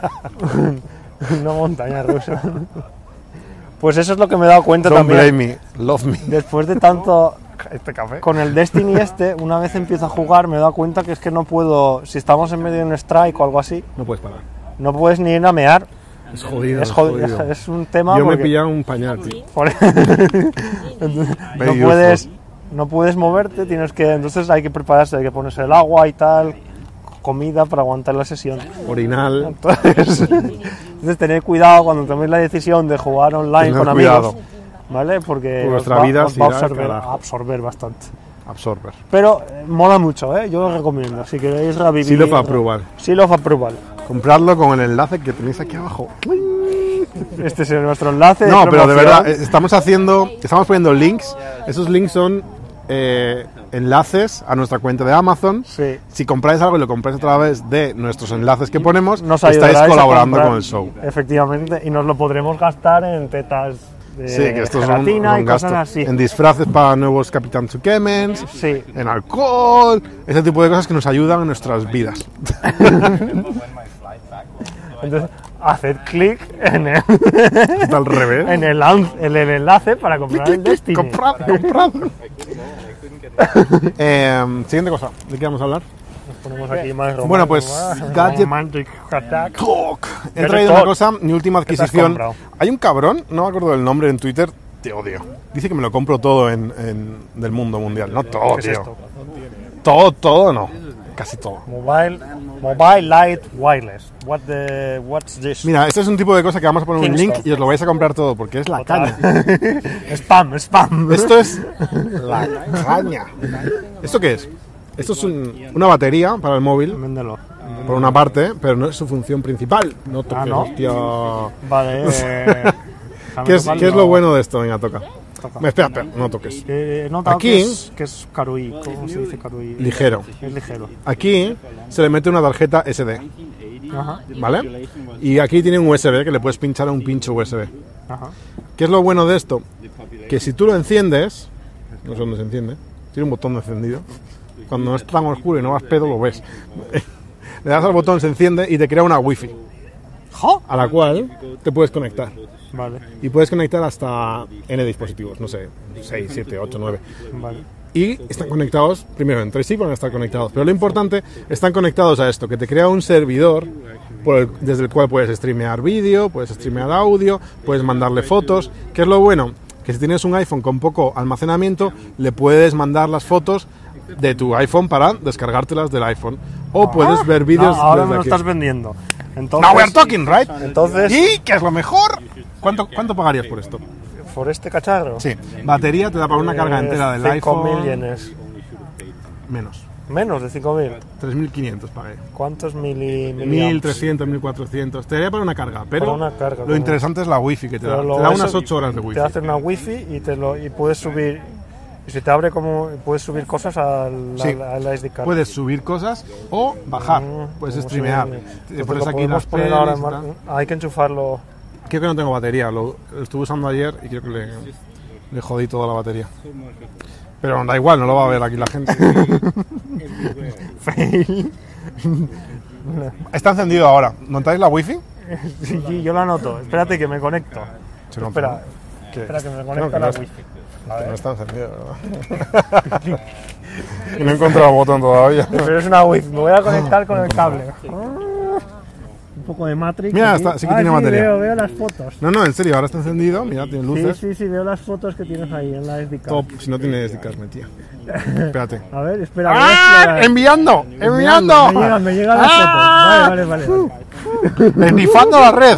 Speaker 3: una montaña rusa, pues eso es lo que me he dado cuenta
Speaker 1: Don't blame
Speaker 3: también.
Speaker 1: me, love me.
Speaker 3: Después de tanto
Speaker 1: Este café.
Speaker 3: con el Destiny este, una vez empiezo a jugar, me he dado cuenta que es que no puedo, si estamos en medio de un strike o algo así,
Speaker 1: No puedes parar.
Speaker 3: no puedes ni ir a mear.
Speaker 1: Es jodido,
Speaker 3: Es,
Speaker 1: es
Speaker 3: jodido,
Speaker 1: jodido.
Speaker 3: es un tema
Speaker 1: Yo me he
Speaker 3: porque
Speaker 1: pillado un pañal, tío.
Speaker 3: por- Entonces, no
Speaker 1: Very
Speaker 3: puedes no puedes moverte, tienes que entonces hay que prepararse, hay que ponerse el agua y tal, comida para aguantar la sesión.
Speaker 1: Orinal.
Speaker 3: Entonces, entonces tener cuidado cuando toméis la decisión de jugar online
Speaker 1: Tener
Speaker 3: con amigos,
Speaker 1: cuidado.
Speaker 3: ¿vale? Porque
Speaker 1: Pues vuestra
Speaker 3: os va,
Speaker 1: vida
Speaker 3: os
Speaker 1: se
Speaker 3: va a
Speaker 1: irá al
Speaker 3: absorber,
Speaker 1: carajo.
Speaker 3: a absorber bastante.
Speaker 1: Absorber.
Speaker 3: Pero eh, mola mucho, ¿eh? Yo lo recomiendo. Si queréis revivir...
Speaker 1: Sí lo fa approval.
Speaker 3: Sí lo fa approval.
Speaker 1: Compradlo con el enlace que tenéis aquí abajo.
Speaker 3: Este es nuestro enlace.
Speaker 1: No, pero de
Speaker 3: promoción.
Speaker 1: verdad, eh, estamos haciendo, estamos poniendo links. Esos links son eh, enlaces a nuestra cuenta de Amazon.
Speaker 3: Sí.
Speaker 1: Si compráis algo y lo compráis a través de nuestros enlaces que ponemos,
Speaker 3: Nos
Speaker 1: estáis
Speaker 3: ayudaráis a
Speaker 1: colaborando
Speaker 3: comprar,
Speaker 1: con el show.
Speaker 3: Efectivamente, y nos lo podremos gastar en tetas de
Speaker 1: Sí, que esto es un,
Speaker 3: gelatina
Speaker 1: un
Speaker 3: y cosas
Speaker 1: gasto.
Speaker 3: así.
Speaker 1: En disfraces para nuevos Capitán Tsukemens,
Speaker 3: Sí.
Speaker 1: en alcohol, ese tipo de cosas que nos ayudan en nuestras vidas.
Speaker 3: Entonces, haced clic en el,
Speaker 1: Está al revés.
Speaker 3: en el, an- en el enlace para comprar el Destiny.
Speaker 1: Comprad, comprad. eh, siguiente cosa, ¿de qué vamos a hablar?
Speaker 3: Nos ponemos aquí más romántico,
Speaker 1: Bueno, pues,
Speaker 3: más
Speaker 1: gadget-
Speaker 3: romantic attack.
Speaker 1: Talk. He
Speaker 3: Gadget
Speaker 1: traído una
Speaker 3: Talk.
Speaker 1: cosa, mi última
Speaker 3: ¿Qué te has
Speaker 1: adquisición.
Speaker 3: comprado?
Speaker 1: Hay un cabrón, no me acuerdo del nombre en Twitter, te odio. Dice que me lo compro todo en, en- del mundo mundial. No todo,
Speaker 3: ¿Qué es
Speaker 1: tío.
Speaker 3: esto?
Speaker 1: Todo, todo no. Casi todo.
Speaker 3: Mobile, mobile light wireless. What the, what's this?
Speaker 1: Mira, este es un tipo de cosa que vamos a poner un
Speaker 3: Kingston.
Speaker 1: link y os lo vais a comprar todo porque es la caña.
Speaker 3: spam, spam.
Speaker 1: Esto es la caña. ¿Esto qué es? Esto es un- una batería para el móvil.
Speaker 3: Véndelo.
Speaker 1: por una parte, pero no es su función principal. No toques,
Speaker 3: Ah, ¿no?
Speaker 1: hostia.
Speaker 3: Vale, eh,
Speaker 1: ¿Qué es,
Speaker 3: déjame
Speaker 1: qué es lo
Speaker 3: tocarlo.
Speaker 1: bueno de esto? Venga, toca.
Speaker 3: Toca.
Speaker 1: Me espera, espera, no toques.
Speaker 3: Eh, he notado
Speaker 1: Aquí-
Speaker 3: que es, que es Karui. ¿Cómo se dice Karui?
Speaker 1: Ligero.
Speaker 3: Es ligero.
Speaker 1: Aquí se le mete una tarjeta ese de,
Speaker 3: Ajá,
Speaker 1: ¿vale? Y aquí tiene un U S B que le puedes pinchar a un pincho U S B.
Speaker 3: ajá.
Speaker 1: ¿Qué es lo bueno de esto? Que si tú lo enciendes, no sé dónde se enciende, tiene un botón de encendido. Cuando no es tan oscuro y no vas pedo, lo ves. Le das al botón, se enciende y te crea una wifi
Speaker 3: ¡Jo!
Speaker 1: a la cual te puedes conectar.
Speaker 3: Vale,
Speaker 1: Y puedes conectar hasta N dispositivos, no sé, seis, siete, ocho, nueve.
Speaker 3: vale.
Speaker 1: Y están conectados, primero entre sí van a estar conectados, pero lo importante, están conectados a esto, que te crea un servidor por el- desde el cual puedes streamear vídeo, puedes streamear audio, puedes mandarle fotos. ¿Qué es lo bueno? Que si tienes un iPhone con poco almacenamiento, le puedes mandar las fotos de tu iPhone para descargártelas del iPhone. O puedes ver vídeos
Speaker 3: No, ahora
Speaker 1: desde
Speaker 3: me lo
Speaker 1: aquí.
Speaker 3: estás vendiendo. Entonces,
Speaker 1: Now we're talking, right?
Speaker 3: Entonces,
Speaker 1: ¿Y qué es lo mejor? ¿Cuánto, ¿Cuánto pagarías por esto?
Speaker 3: por este cacharro.
Speaker 1: Sí, batería te da para una carga
Speaker 3: eh,
Speaker 1: entera del
Speaker 3: cinco mil
Speaker 1: iPhone.
Speaker 3: yenes.
Speaker 1: Menos,
Speaker 3: Menos de cinco mil.
Speaker 1: tres mil quinientos pagué.
Speaker 3: ¿Cuántos mili, miliamps?
Speaker 1: mil trescientos, mil cuatrocientos. Te daría para una carga, pero
Speaker 3: Para una carga,
Speaker 1: lo
Speaker 3: como-
Speaker 1: interesante es la wifi que te da.
Speaker 3: Pero lo-
Speaker 1: Te da
Speaker 3: eso
Speaker 1: unas ocho horas de wifi.
Speaker 3: Te hace una wifi y, te lo, y puedes subir. Y se te abre como. Puedes subir cosas al,
Speaker 1: Sí.
Speaker 3: al, al S D card.
Speaker 1: Puedes subir cosas o bajar,
Speaker 3: Mm,
Speaker 1: puedes
Speaker 3: como
Speaker 1: streamear.
Speaker 3: si-
Speaker 1: Te
Speaker 3: Entonces
Speaker 1: pones
Speaker 3: lo
Speaker 1: aquí
Speaker 3: podemos
Speaker 1: las
Speaker 3: poner
Speaker 1: pelis
Speaker 3: ahora
Speaker 1: y
Speaker 3: en mar-
Speaker 1: tal.
Speaker 3: Hay que enchufarlo.
Speaker 1: Creo que no tengo batería, lo, lo estuve usando ayer y creo que le, le jodí toda la batería. Pero da igual, no lo va a ver aquí la gente.
Speaker 3: Fail.
Speaker 1: Está encendido ahora. ¿Notáis la wifi?
Speaker 3: Sí, sí, yo lo anoto. Espérate que me conecto.
Speaker 1: Se no-
Speaker 3: Espera,
Speaker 1: ¿Qué?
Speaker 3: espera que me
Speaker 1: Creo
Speaker 3: conecto
Speaker 1: que
Speaker 3: a la
Speaker 1: no es-
Speaker 3: wifi.
Speaker 1: que no está encendido, ¿verdad? Y no he encontrado el botón todavía.
Speaker 3: Pero es una wifi. Me voy a conectar con el cable. Un poco de Matrix.
Speaker 1: Mira,
Speaker 3: aquí.
Speaker 1: está- sí que
Speaker 3: Ah,
Speaker 1: tiene batería.
Speaker 3: Veo, veo las fotos.
Speaker 1: No, no, en serio, ahora está encendido. Mira, tiene
Speaker 3: Sí,
Speaker 1: luces.
Speaker 3: sí, sí, veo las fotos que tienes ahí en la S D card.
Speaker 1: Top, si no tiene S D card metida. Espérate.
Speaker 3: A ver, espera. voy a
Speaker 1: ¡Ah!
Speaker 3: explorar.
Speaker 1: ¡Enviando! ¡Enviando!
Speaker 3: Me llegan, me llegan las
Speaker 1: ¡Ah!
Speaker 3: fotos. Vale, vale, vale.
Speaker 1: ¡Esnifando la red!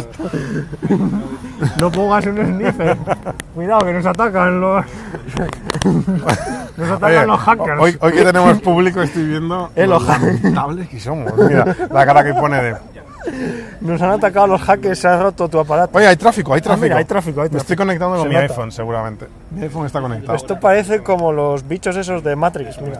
Speaker 3: No pongas un sniffer. Cuidado que nos atacan los. Nos atacan
Speaker 1: Oye,
Speaker 3: los hackers.
Speaker 1: Hoy, hoy que tenemos público estoy viendo
Speaker 3: Eh,
Speaker 1: lo
Speaker 3: los ha-
Speaker 1: lamentables que somos. Mira, la cara que pone de...
Speaker 3: Nos han atacado los hackers, se ha roto tu aparato.
Speaker 1: Oye, hay tráfico, hay tráfico.
Speaker 3: Ah, mira, hay tráfico, hay
Speaker 1: Me estoy
Speaker 3: tráfico.
Speaker 1: conectando con
Speaker 3: Se
Speaker 1: mi
Speaker 3: nota.
Speaker 1: iPhone, seguramente. Mi iPhone está conectado.
Speaker 3: Esto parece como los bichos esos de Matrix. Mira.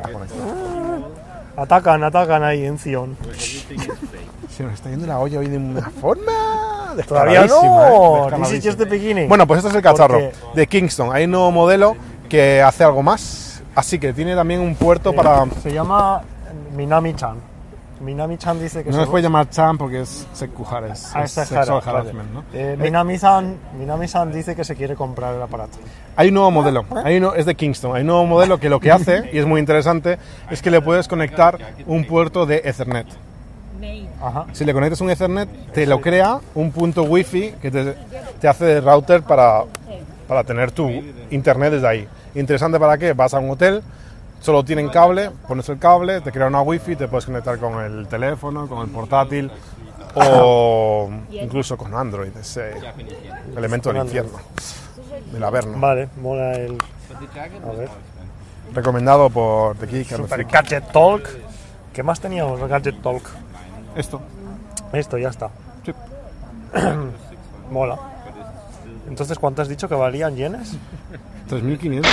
Speaker 3: Atacan, atacan ahí en Zion.
Speaker 1: Se nos está yendo la olla hoy de una forma...
Speaker 3: Todavía
Speaker 1: descaradísima,
Speaker 3: no.
Speaker 1: ¿eh?
Speaker 3: This is
Speaker 1: Descaradísima.
Speaker 3: just the beginning.
Speaker 1: Bueno, pues este es el cacharro
Speaker 3: Porque-
Speaker 1: de Kingston. Hay un nuevo modelo que hace algo más. Así que tiene también un puerto para...
Speaker 3: Se llama Minami-chan. Minami-chan dice que
Speaker 1: No
Speaker 3: se
Speaker 1: se puede llamar Chan porque es sexual, es,
Speaker 3: Ah,
Speaker 1: es
Speaker 3: es
Speaker 1: sexual
Speaker 3: Sahara,
Speaker 1: harassment, ¿no?
Speaker 3: Eh, Minami-san, Minami-san dice que se quiere comprar el aparato.
Speaker 1: Hay un nuevo modelo, hay uno, es de Kingston, hay un nuevo modelo que lo que hace, y es muy interesante, es que le puedes conectar un puerto de Ethernet.
Speaker 3: Ajá.
Speaker 1: Si le conectas un Ethernet, te lo crea un punto wifi que te, te hace de router para, para tener tu internet desde ahí. ¿Interesante para qué? Vas a un hotel, solo tienen cable, pones el cable, te crea una wifi, te puedes conectar con el teléfono, con el portátil o incluso con Android, ese elemento del infierno, del Averno.
Speaker 3: Vale, mola el. A ver.
Speaker 1: Recomendado por The Geek and the
Speaker 3: Super
Speaker 1: Freak.
Speaker 3: Gadget Talk. ¿Qué más teníamos de Gadget Talk?
Speaker 1: Esto.
Speaker 3: Esto, ya está.
Speaker 1: Sí.
Speaker 3: Mola. Entonces, ¿cuánto has dicho que valían yenes?
Speaker 1: tres mil quinientos.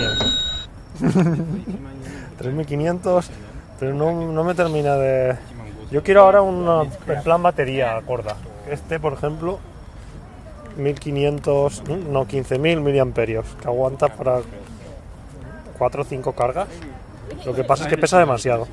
Speaker 3: tres mil quinientos, pero no, no me termina de... Yo quiero ahora una, en plan batería corta. Este, por ejemplo, mil quinientos, no, quince mil miliamperios, que aguanta para cuatro o cinco cargas. Lo que pasa es que pesa demasiado.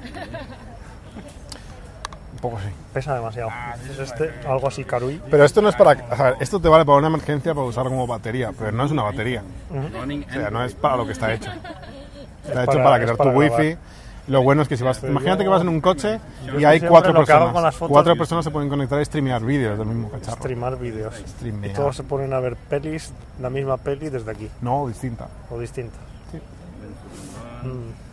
Speaker 1: Un poco sí.
Speaker 3: Pesa demasiado. Es este, algo así Karui.
Speaker 1: Pero esto no es para... O sea, esto te vale para una emergencia para usar como batería, pero no es una batería. O sea, no es para lo que está hecho. Está hecho
Speaker 3: para-
Speaker 1: para
Speaker 3: es
Speaker 1: crear
Speaker 3: para
Speaker 1: tu wifi.
Speaker 3: grabar.
Speaker 1: Lo bueno es que si vas... Imagínate que vas en un coche y
Speaker 3: yo
Speaker 1: hay
Speaker 3: siempre
Speaker 1: cuatro
Speaker 3: lo que hago
Speaker 1: personas.
Speaker 3: con las fotos-
Speaker 1: Cuatro personas se pueden conectar y streamear vídeos del mismo cacharro.
Speaker 3: Streamar vídeos.
Speaker 1: Streamear.
Speaker 3: Y todos se ponen a ver pelis, la misma peli desde aquí,
Speaker 1: No, distinta.
Speaker 3: o distintas. Mm.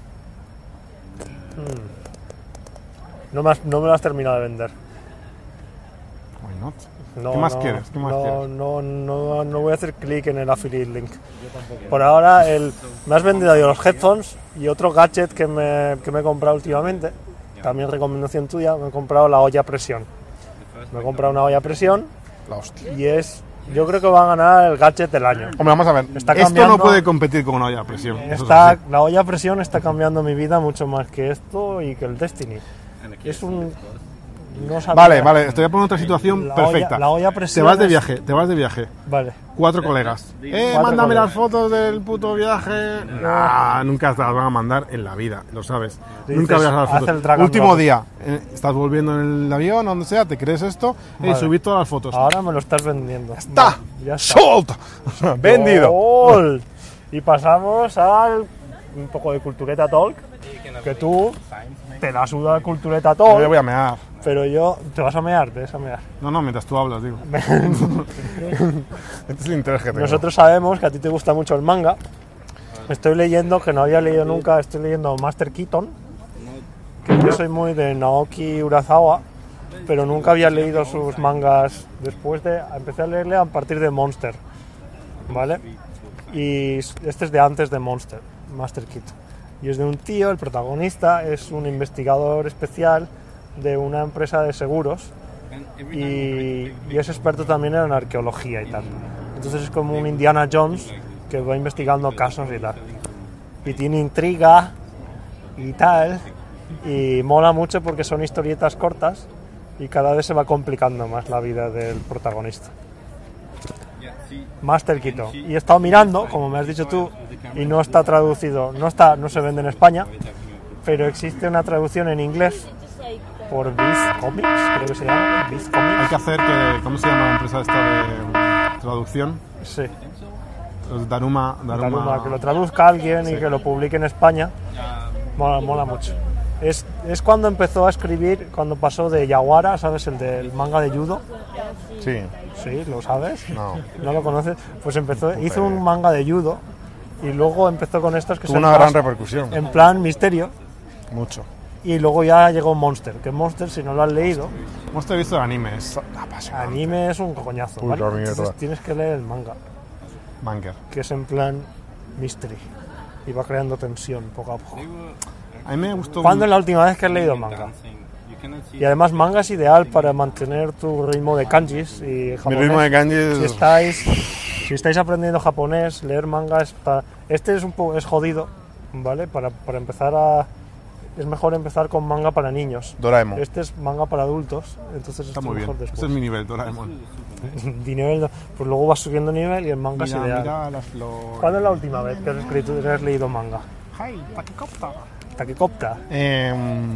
Speaker 3: Mm. No, me has- no me lo has terminado de vender.
Speaker 1: Why not?
Speaker 3: No,
Speaker 1: ¿Qué más
Speaker 3: no,
Speaker 1: quieres? ¿Qué más
Speaker 3: no,
Speaker 1: quieres?
Speaker 3: No, no, no voy a hacer clic en el affiliate link. Por ahora, el, me has vendido los headphones y otro gadget que me, que me he comprado últimamente, también recomendación tuya, me he comprado la olla a presión. Me he comprado una olla a presión
Speaker 1: La hostia.
Speaker 3: y es, yo creo que va a ganar el gadget del año.
Speaker 1: Hombre, vamos a ver.
Speaker 3: Está
Speaker 1: Esto
Speaker 3: cambiando-
Speaker 1: no puede competir con una olla a presión. eso es
Speaker 3: Está,
Speaker 1: así.
Speaker 3: la olla a presión está cambiando mi vida mucho más que esto y que el Destiny. Es un... No sabía-
Speaker 1: Vale, vale, te voy a poner otra situación
Speaker 3: La
Speaker 1: perfecta.
Speaker 3: olla- la olla a
Speaker 1: te
Speaker 3: presión
Speaker 1: vas de
Speaker 3: es-
Speaker 1: viaje, te vas de viaje.
Speaker 3: Vale.
Speaker 1: Cuatro colegas. Eh,
Speaker 3: Cuatro
Speaker 1: mándame
Speaker 3: colegas.
Speaker 1: las fotos del puto viaje. Nah, nunca te las van a mandar en la vida, lo sabes.
Speaker 3: Dices,
Speaker 1: nunca verás las
Speaker 3: haz
Speaker 1: fotos.
Speaker 3: el drag and
Speaker 1: Último
Speaker 3: drop.
Speaker 1: día, eh, estás volviendo en el avión o donde sea, te crees esto y
Speaker 3: Vale.
Speaker 1: subir todas las fotos.
Speaker 3: Ahora me lo estás vendiendo.
Speaker 1: ¡Está!
Speaker 3: Vale, ya está.
Speaker 1: ¡Sold! ¡Vendido!
Speaker 3: Gol. Y pasamos al un poco de cultureta talk, que tú te la suda la cultureta
Speaker 1: Yo
Speaker 3: talk,
Speaker 1: voy a mear.
Speaker 3: pero yo te vas a mear, te vas a mear.
Speaker 1: No, no, mientras tú hablas, digo. Este es el interés que tengo.
Speaker 3: Nosotros sabemos que a ti te gusta mucho el manga. Estoy leyendo, que no había leído nunca, estoy leyendo Master Keaton, que yo soy muy de Naoki Urasawa, pero nunca había leído sus mangas después de... Empecé a leerle a partir de Monster, ¿vale? Y este es de antes de Monster, Master Keaton. Y es de un tío, el protagonista es un investigador especial de una empresa de seguros y, y es experto también en arqueología y tal. Entonces es como un Indiana Jones que va investigando casos y tal. Y tiene intriga y tal. Y mola mucho porque son historietas cortas y cada vez se va complicando más la vida del protagonista. Master Keaton. Y he estado mirando, como me has dicho tú, y no está traducido, no está, no se vende en España, pero existe una traducción en inglés por Viz Comics, creo que se llama, Viz
Speaker 1: Hay
Speaker 3: Comics.
Speaker 1: que hacer que... ¿Cómo se llama la empresa esta de traducción?
Speaker 3: Sí,
Speaker 1: Los Daruma... Daruma...
Speaker 3: Daruma, que lo traduzca alguien y que lo publique en España, mola, mola mucho. Es, es cuando empezó a escribir, cuando pasó de Yawara, ¿sabes? El del manga de judo.
Speaker 1: Sí,
Speaker 3: Sí, ¿lo sabes?
Speaker 1: no.
Speaker 3: ¿No lo conoces? Pues empezó, hizo un manga de judo y luego empezó con estos que
Speaker 1: Tuvo
Speaker 3: son
Speaker 1: una
Speaker 3: más
Speaker 1: gran repercusión.
Speaker 3: en plan misterio.
Speaker 1: Mucho.
Speaker 3: Y luego ya llegó Monster, que Monster, si no lo has leído,
Speaker 1: Hemos te visto el anime, es apasionante.
Speaker 3: anime es un coñazo,
Speaker 1: Puta
Speaker 3: ¿vale?
Speaker 1: mierda.
Speaker 3: Entonces tienes que leer el manga,
Speaker 1: Banger.
Speaker 3: que es en plan mystery y va creando tensión poco a poco.
Speaker 1: A mí me gustó...
Speaker 3: ¿Cuándo es la última vez que has leído manga? Y además manga es ideal para mantener tu ritmo de kanjis y
Speaker 1: Mi
Speaker 3: japonés.
Speaker 1: ritmo de kanji es...
Speaker 3: Si estáis, si estáis aprendiendo japonés, leer manga es para... Este es un poco es jodido, ¿vale? Para, para empezar a... Es mejor empezar con manga para niños.
Speaker 1: Doraemon.
Speaker 3: Este es manga para adultos, entonces
Speaker 1: Está
Speaker 3: esto
Speaker 1: muy
Speaker 3: es
Speaker 1: bien.
Speaker 3: mejor
Speaker 1: Este
Speaker 3: después.
Speaker 1: es mi nivel, Doraemon.
Speaker 3: De nivel, pues luego vas subiendo nivel y el manga
Speaker 1: Mira,
Speaker 3: es ideal.
Speaker 1: mira las flores.
Speaker 3: ¿Cuándo es la última vez que has, escrito, que has leído manga?
Speaker 1: ¡Ay, taquicopta!
Speaker 3: Taquicopta,
Speaker 1: Eh,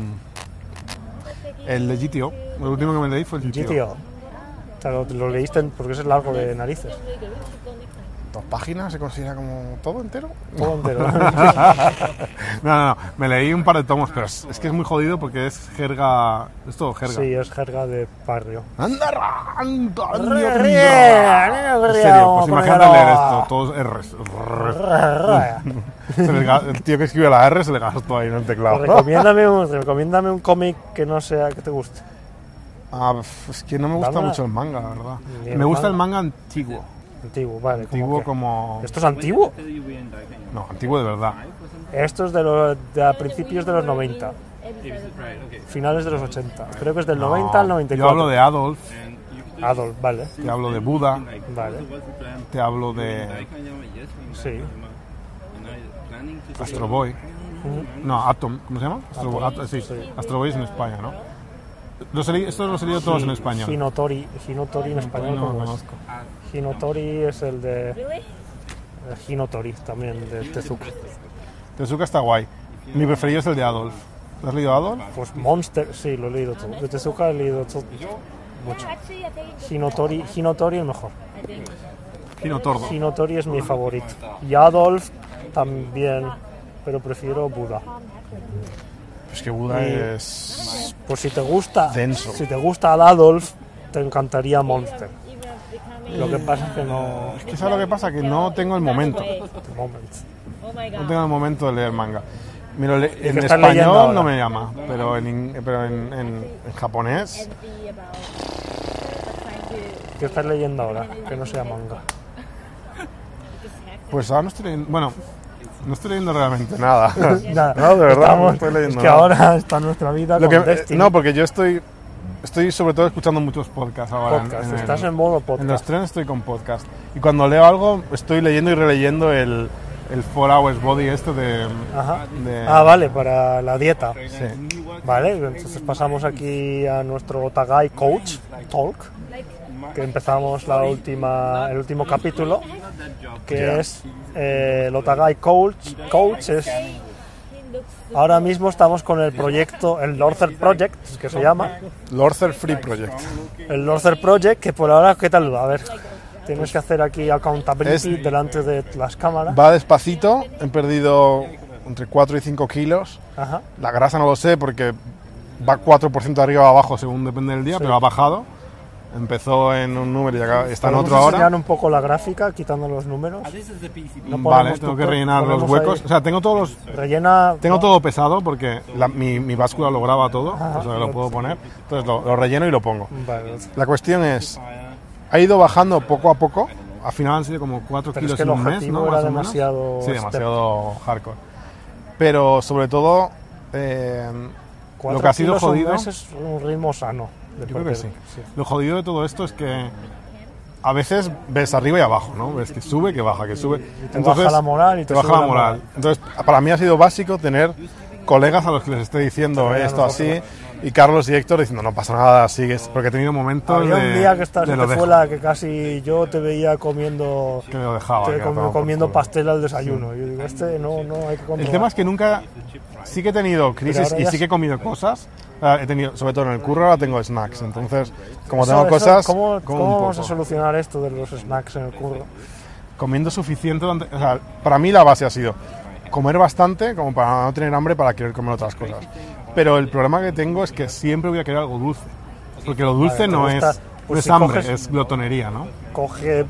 Speaker 1: el de G T O. El último que me leí fue el G T O.
Speaker 3: G T O. O sea, lo, lo leíste en- porque es largo de narices.
Speaker 1: ¿Dos páginas se considera como todo entero?
Speaker 3: Todo entero.
Speaker 1: No, no, no. Me leí un par de tomos, pero es, es que es muy jodido porque es jerga... Es todo jerga.
Speaker 3: Sí, es jerga de barrio.
Speaker 1: ¡Anda, ra, anda, anda,
Speaker 3: Re,
Speaker 1: anda!
Speaker 3: re,
Speaker 1: En
Speaker 3: re,
Speaker 1: serio, pues
Speaker 3: re,
Speaker 1: imagínate
Speaker 3: re,
Speaker 1: leer
Speaker 3: re.
Speaker 1: esto, todos R's. Se le ga- El tío que escribe la R se le gastó ahí en el teclado.
Speaker 3: Recomiéndame un, recomiéndame un cómic que no sea que te guste.
Speaker 1: Ah, pf, es que no me gusta
Speaker 3: Dame una-
Speaker 1: mucho el manga, la verdad.
Speaker 3: Ni el
Speaker 1: Me gusta el
Speaker 3: manga.
Speaker 1: manga antiguo.
Speaker 3: Antiguo, vale. ¿cómo
Speaker 1: Antiguo
Speaker 3: qué?
Speaker 1: como...
Speaker 3: ¿Esto es antiguo?
Speaker 1: No, antiguo de verdad.
Speaker 3: Esto es de, los, de a principios de los noventa. Finales de los ochenta. Creo que es del noventa al noventa y
Speaker 1: Yo
Speaker 3: cuatro.
Speaker 1: hablo de Adolf,
Speaker 3: Adolf, vale.
Speaker 1: te hablo de Buda,
Speaker 3: Vale.
Speaker 1: te hablo de
Speaker 3: Sí.
Speaker 1: Astro Boy. No, Atom, ¿cómo se llama? Astro Boy,
Speaker 3: Atom,
Speaker 1: At- sí,
Speaker 3: sí.
Speaker 1: Astro Boy es en España, ¿no? Los he leído- estos los he leído todos en español.
Speaker 3: Hinotori. Hinotori en español,
Speaker 1: No lo
Speaker 3: ¿cómo es?
Speaker 1: conozco.
Speaker 3: Hinotori es el de... el Hinotori también, de Tezuka.
Speaker 1: Tezuka está guay. Mi preferido es el de Adolf. ¿Lo has leído Adolf?
Speaker 3: Pues Monster, sí, lo he leído todo. De Tezuka he leído todo. Mucho. Hinotori, Hinotori el mejor.
Speaker 1: Gino Tordo.
Speaker 3: Hinotori es mi favorito. Y Adolf también, pero prefiero Buda.
Speaker 1: Es que Buda
Speaker 3: Y-
Speaker 1: es...
Speaker 3: Pues si te gusta,
Speaker 1: Denso.
Speaker 3: si te gusta el Adolf, te encantaría Monster. Lo que pasa es que no...
Speaker 1: Es que ¿sabes lo que pasa? Que no tengo el momento.
Speaker 3: Moment.
Speaker 1: No tengo el momento de leer manga. Mira, le- en
Speaker 3: qué estás leyendo
Speaker 1: español
Speaker 3: ahora?
Speaker 1: no me llama, pero en, in- pero en, en- en japonés...
Speaker 3: ¿Qué estás leyendo ahora? Que no sea manga.
Speaker 1: Pues ahora no estoy leyendo... Bueno, No estoy leyendo realmente nada.
Speaker 3: Nada,
Speaker 1: No, de verdad,
Speaker 3: estamos-
Speaker 1: no estoy leyendo
Speaker 3: Es que
Speaker 1: nada.
Speaker 3: ahora está nuestra vida
Speaker 1: Lo
Speaker 3: con
Speaker 1: que-
Speaker 3: Destiny.
Speaker 1: no, porque yo estoy, estoy sobre todo escuchando muchos podcasts ahora. en-
Speaker 3: Podcast,
Speaker 1: en,
Speaker 3: estás
Speaker 1: el-
Speaker 3: en modo
Speaker 1: En los
Speaker 3: podcast.
Speaker 1: trenes estoy con podcast. Y cuando leo algo, estoy leyendo y releyendo el, el four hours body este de...
Speaker 3: Ajá.
Speaker 1: de-
Speaker 3: Ah, vale, para la dieta.
Speaker 1: Sí.
Speaker 3: Vale, entonces pasamos aquí a nuestro Otagai Coach Talk, que empezamos la última, el último capítulo, que
Speaker 1: Ya.
Speaker 3: es eh, el Otagai Coach. Coach es, ahora mismo estamos con el proyecto, el Northern Project, que se llama,
Speaker 1: Lorther Free Project.
Speaker 3: el Northern Project, que por ahora, ¿qué tal? A ver, tienes que hacer aquí accountability
Speaker 1: Es-
Speaker 3: delante de las cámaras.
Speaker 1: Va despacito, he perdido entre cuatro y cinco kilos.
Speaker 3: Ajá.
Speaker 1: La grasa no lo sé porque va cuatro por ciento arriba o abajo según depende del día, pero ha bajado. Empezó en un número y acá está en
Speaker 3: ¿Podemos
Speaker 1: otro ahora.
Speaker 3: enseñar un poco la gráfica, quitando los números? No
Speaker 1: Vale,
Speaker 3: ponemos
Speaker 1: tengo
Speaker 3: tu-
Speaker 1: que rellenar los
Speaker 3: ponemos
Speaker 1: huecos.
Speaker 3: ahí-
Speaker 1: O sea, tengo todos los,
Speaker 3: Rellena...
Speaker 1: tengo todo pesado porque la- mi, mi báscula lo graba todo,
Speaker 3: Ajá.
Speaker 1: o sea, lo puedo poner. Entonces lo, lo relleno y lo pongo.
Speaker 3: Vale.
Speaker 1: La cuestión es, ha ido bajando poco a poco. Al final han sido como cuatro
Speaker 3: Pero es
Speaker 1: kilos
Speaker 3: que el
Speaker 1: en un mes,
Speaker 3: objetivo
Speaker 1: ¿no?
Speaker 3: era
Speaker 1: Más o menos.
Speaker 3: demasiado
Speaker 1: Sí,
Speaker 3: step.
Speaker 1: demasiado hardcore. Pero sobre todo, eh,
Speaker 3: Cuatro
Speaker 1: lo que ha sido
Speaker 3: kilos un
Speaker 1: jodido...
Speaker 3: mes es un ritmo sano. de
Speaker 1: Yo creo que
Speaker 3: perder,
Speaker 1: sí. Lo jodido de todo esto es que a veces ves arriba y abajo, ¿no? Ves que sube, que baja, que sube.
Speaker 3: te baja la moral y te
Speaker 1: baja
Speaker 3: sube
Speaker 1: la
Speaker 3: la
Speaker 1: moral.
Speaker 3: moral.
Speaker 1: Entonces, para mí ha sido básico tener colegas a los que les esté diciendo
Speaker 3: También a
Speaker 1: esto así
Speaker 3: nosotros.
Speaker 1: y Carlos y Héctor diciendo no pasa nada, sigues, porque he tenido momentos
Speaker 3: Había
Speaker 1: de,
Speaker 3: un día que estás
Speaker 1: de
Speaker 3: en
Speaker 1: lo dejo,
Speaker 3: Tefuela que casi yo te veía comiendo,
Speaker 1: que me lo dejaba.
Speaker 3: te
Speaker 1: que lo
Speaker 3: com-
Speaker 1: tomaba por
Speaker 3: comiendo
Speaker 1: culo.
Speaker 3: pastel al desayuno. Yo digo, este no, no hay que comprobar.
Speaker 1: El tema es que nunca, sí que he tenido crisis
Speaker 3: ahora
Speaker 1: y
Speaker 3: ya
Speaker 1: sí
Speaker 3: es-
Speaker 1: que he comido cosas. Ah, He tenido, sobre todo en el curro ahora tengo snacks, entonces como
Speaker 3: Eso-
Speaker 1: tengo
Speaker 3: eso,
Speaker 1: cosas,
Speaker 3: ¿Cómo,
Speaker 1: como
Speaker 3: cómo
Speaker 1: un
Speaker 3: vamos a
Speaker 1: poco.
Speaker 3: solucionar esto de los snacks en el curro?
Speaker 1: Comiendo suficiente, durante- o sea, para mí la base ha sido comer bastante como para no tener hambre para querer comer otras cosas. Pero el problema que tengo es que siempre voy a querer algo dulce, porque lo dulce
Speaker 3: Vale, ¿te
Speaker 1: no
Speaker 3: gusta?
Speaker 1: es,
Speaker 3: Pues
Speaker 1: no es
Speaker 3: si
Speaker 1: hambre,
Speaker 3: coges-
Speaker 1: es glotonería, ¿no?
Speaker 3: Coge,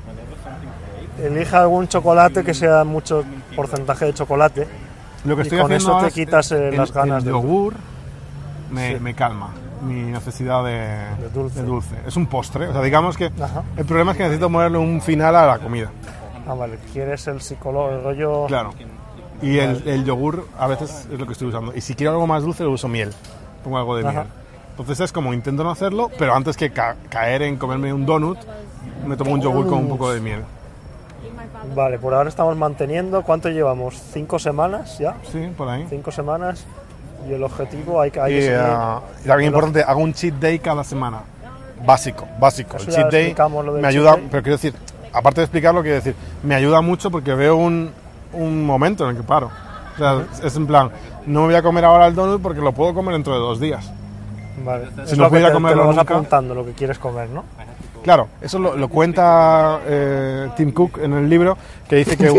Speaker 3: elija algún chocolate que sea mucho porcentaje de chocolate.
Speaker 1: Lo que
Speaker 3: Y
Speaker 1: estoy
Speaker 3: con
Speaker 1: haciendo
Speaker 3: eso te
Speaker 1: ahora es-
Speaker 3: quitas, eh,
Speaker 1: el-
Speaker 3: las ganas
Speaker 1: el
Speaker 3: de-
Speaker 1: yogur me,
Speaker 3: Sí.
Speaker 1: me calma mi necesidad de,
Speaker 3: De dulce.
Speaker 1: de dulce. Es un postre, o sea, digamos que
Speaker 3: Ajá.
Speaker 1: el problema es que necesito ponerle un final a la comida.
Speaker 3: Ah, vale, quieres el psicólogo, el rollo...
Speaker 1: Claro. Y el, el yogur a veces es lo que estoy usando. Y si quiero algo más dulce, lo uso miel. Pongo algo de
Speaker 3: Ajá.
Speaker 1: miel. Entonces es como intento no hacerlo, pero antes que ca- caer en comerme un donut, me tomo un yogur con un poco de miel.
Speaker 3: Vale, por ahora estamos manteniendo, ¿cuánto llevamos? ¿Cinco semanas ya?
Speaker 1: Sí, por ahí.
Speaker 3: Cinco semanas y el objetivo hay que, hay
Speaker 1: Y,
Speaker 3: que seguir.
Speaker 1: ah, y también
Speaker 3: Pero-
Speaker 1: importante, hago un cheat day cada semana. Básico, básico.
Speaker 3: Eso
Speaker 1: El
Speaker 3: ya
Speaker 1: cheat day
Speaker 3: explicamos lo del
Speaker 1: me
Speaker 3: cheat
Speaker 1: ayuda,
Speaker 3: day.
Speaker 1: pero quiero decir, aparte de explicarlo, quiero decir, me ayuda mucho porque veo un, un momento en el que paro. O sea, es en plan, no me voy a comer ahora el donut porque lo puedo comer dentro de dos días.
Speaker 3: Vale.
Speaker 1: si
Speaker 3: Es
Speaker 1: no
Speaker 3: lo que
Speaker 1: pudiera
Speaker 3: te, te
Speaker 1: comerlo
Speaker 3: lo vas
Speaker 1: nunca-
Speaker 3: apuntando, lo que quieres comer, ¿no?
Speaker 1: Claro, eso lo, lo cuenta eh, Tim Cook en el libro, que dice que...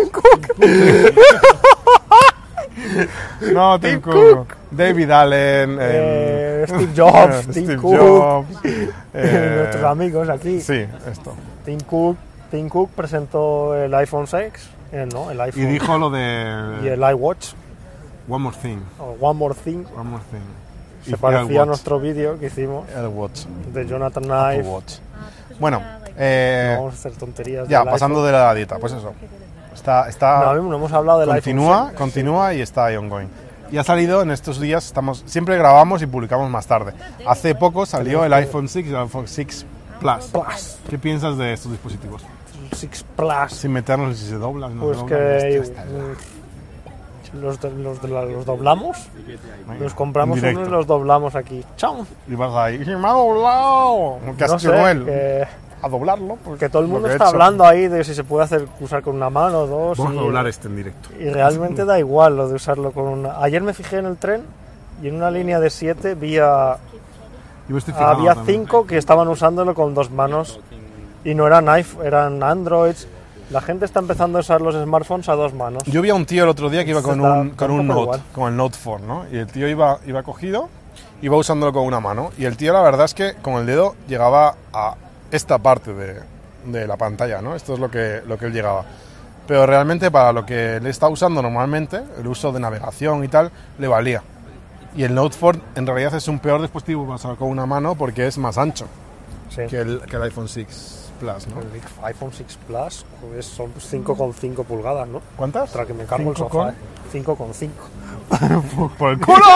Speaker 1: no, Tim, Cook. David Allen...
Speaker 3: Eh,
Speaker 1: em,
Speaker 3: Steve Jobs, Tim
Speaker 1: Steve
Speaker 3: Cook.
Speaker 1: Jobs, eh,
Speaker 3: Nuestros amigos aquí.
Speaker 1: Sí, esto.
Speaker 3: Tim Cook, Tim Cook presentó el iPhone seis, eh, ¿no? El
Speaker 1: Y
Speaker 3: iPhone
Speaker 1: dijo lo
Speaker 3: y
Speaker 1: de...
Speaker 3: el iWatch,
Speaker 1: One More Thing,
Speaker 3: o One More Thing.
Speaker 1: One More Thing.
Speaker 3: Se
Speaker 1: Y
Speaker 3: parecía a
Speaker 1: AirWatch,
Speaker 3: nuestro vídeo que hicimos
Speaker 1: AirWatch,
Speaker 3: de Jonathan
Speaker 1: Apple
Speaker 3: Knife.
Speaker 1: Watch. Bueno, eh,
Speaker 3: Vamos a hacer tonterías.
Speaker 1: ya,
Speaker 3: del
Speaker 1: pasando
Speaker 3: iPhone.
Speaker 1: de la dieta, pues eso. Está, está,
Speaker 3: No, no hemos hablado del
Speaker 1: continúa,
Speaker 3: iPhone seis.
Speaker 1: continúa y está ahí ongoing. Y ha salido en estos días, estamos siempre grabamos y publicamos más tarde. Hace poco salió el iPhone seis y el iPhone seis Plus.
Speaker 3: Plus.
Speaker 1: ¿Qué piensas de estos dispositivos?
Speaker 3: Six Plus.
Speaker 1: Sin meternos si se doblan, no
Speaker 3: Pues
Speaker 1: se doblan,
Speaker 3: que
Speaker 1: hostia, está-
Speaker 3: mm, los, de- los, de la- los doblamos,
Speaker 1: Venga,
Speaker 3: los compramos
Speaker 1: en
Speaker 3: uno
Speaker 1: directo.
Speaker 3: y los doblamos aquí. ¡Chao!
Speaker 1: Y vas ahí, ¡me ha doblado! ¿Qué has
Speaker 3: No
Speaker 1: hecho,
Speaker 3: sé,
Speaker 1: Noel?
Speaker 3: que,
Speaker 1: A doblarlo. Pues,
Speaker 3: que todo el
Speaker 1: lo
Speaker 3: mundo
Speaker 1: que he
Speaker 3: está
Speaker 1: hecho.
Speaker 3: hablando ahí de si se puede hacer usar con una mano o dos.
Speaker 1: Vamos
Speaker 3: y,
Speaker 1: a doblar este en directo.
Speaker 3: y realmente da igual lo de usarlo con una... Ayer me fijé en el tren y en una línea de siete vi a-
Speaker 1: Yo me estoy fijando
Speaker 3: había
Speaker 1: también.
Speaker 3: cinco que estaban usándolo con dos manos y no eran iPhone, eran Androids. La gente está empezando a usar los smartphones a dos manos.
Speaker 1: Yo vi a un tío el otro día que iba con
Speaker 3: Está-
Speaker 1: un,
Speaker 3: está
Speaker 1: con
Speaker 3: un
Speaker 1: un
Speaker 3: poco
Speaker 1: Note,
Speaker 3: igual.
Speaker 1: con el Note cuatro, ¿no? Y el tío iba, iba cogido, iba usándolo con una mano. Y el tío, la verdad es que con el dedo llegaba a esta parte de, de la pantalla, ¿no? Esto es lo que, lo que él llegaba. Pero realmente para lo que él está usando normalmente, el uso de navegación y tal, le valía. Y el Note cuatro en realidad es un peor dispositivo para usar con una mano porque es más ancho
Speaker 3: Sí.
Speaker 1: que el, que el iPhone seis Plus, ¿no?
Speaker 3: El iPhone seis Plus pues, son cinco coma cinco pulgadas, ¿no?
Speaker 1: ¿Cuántas?
Speaker 3: Tras que me cargo el
Speaker 1: ¿Cinco
Speaker 3: sofá.
Speaker 1: con?
Speaker 3: ¿eh? cinco coma cinco.
Speaker 1: ¡Por el culo!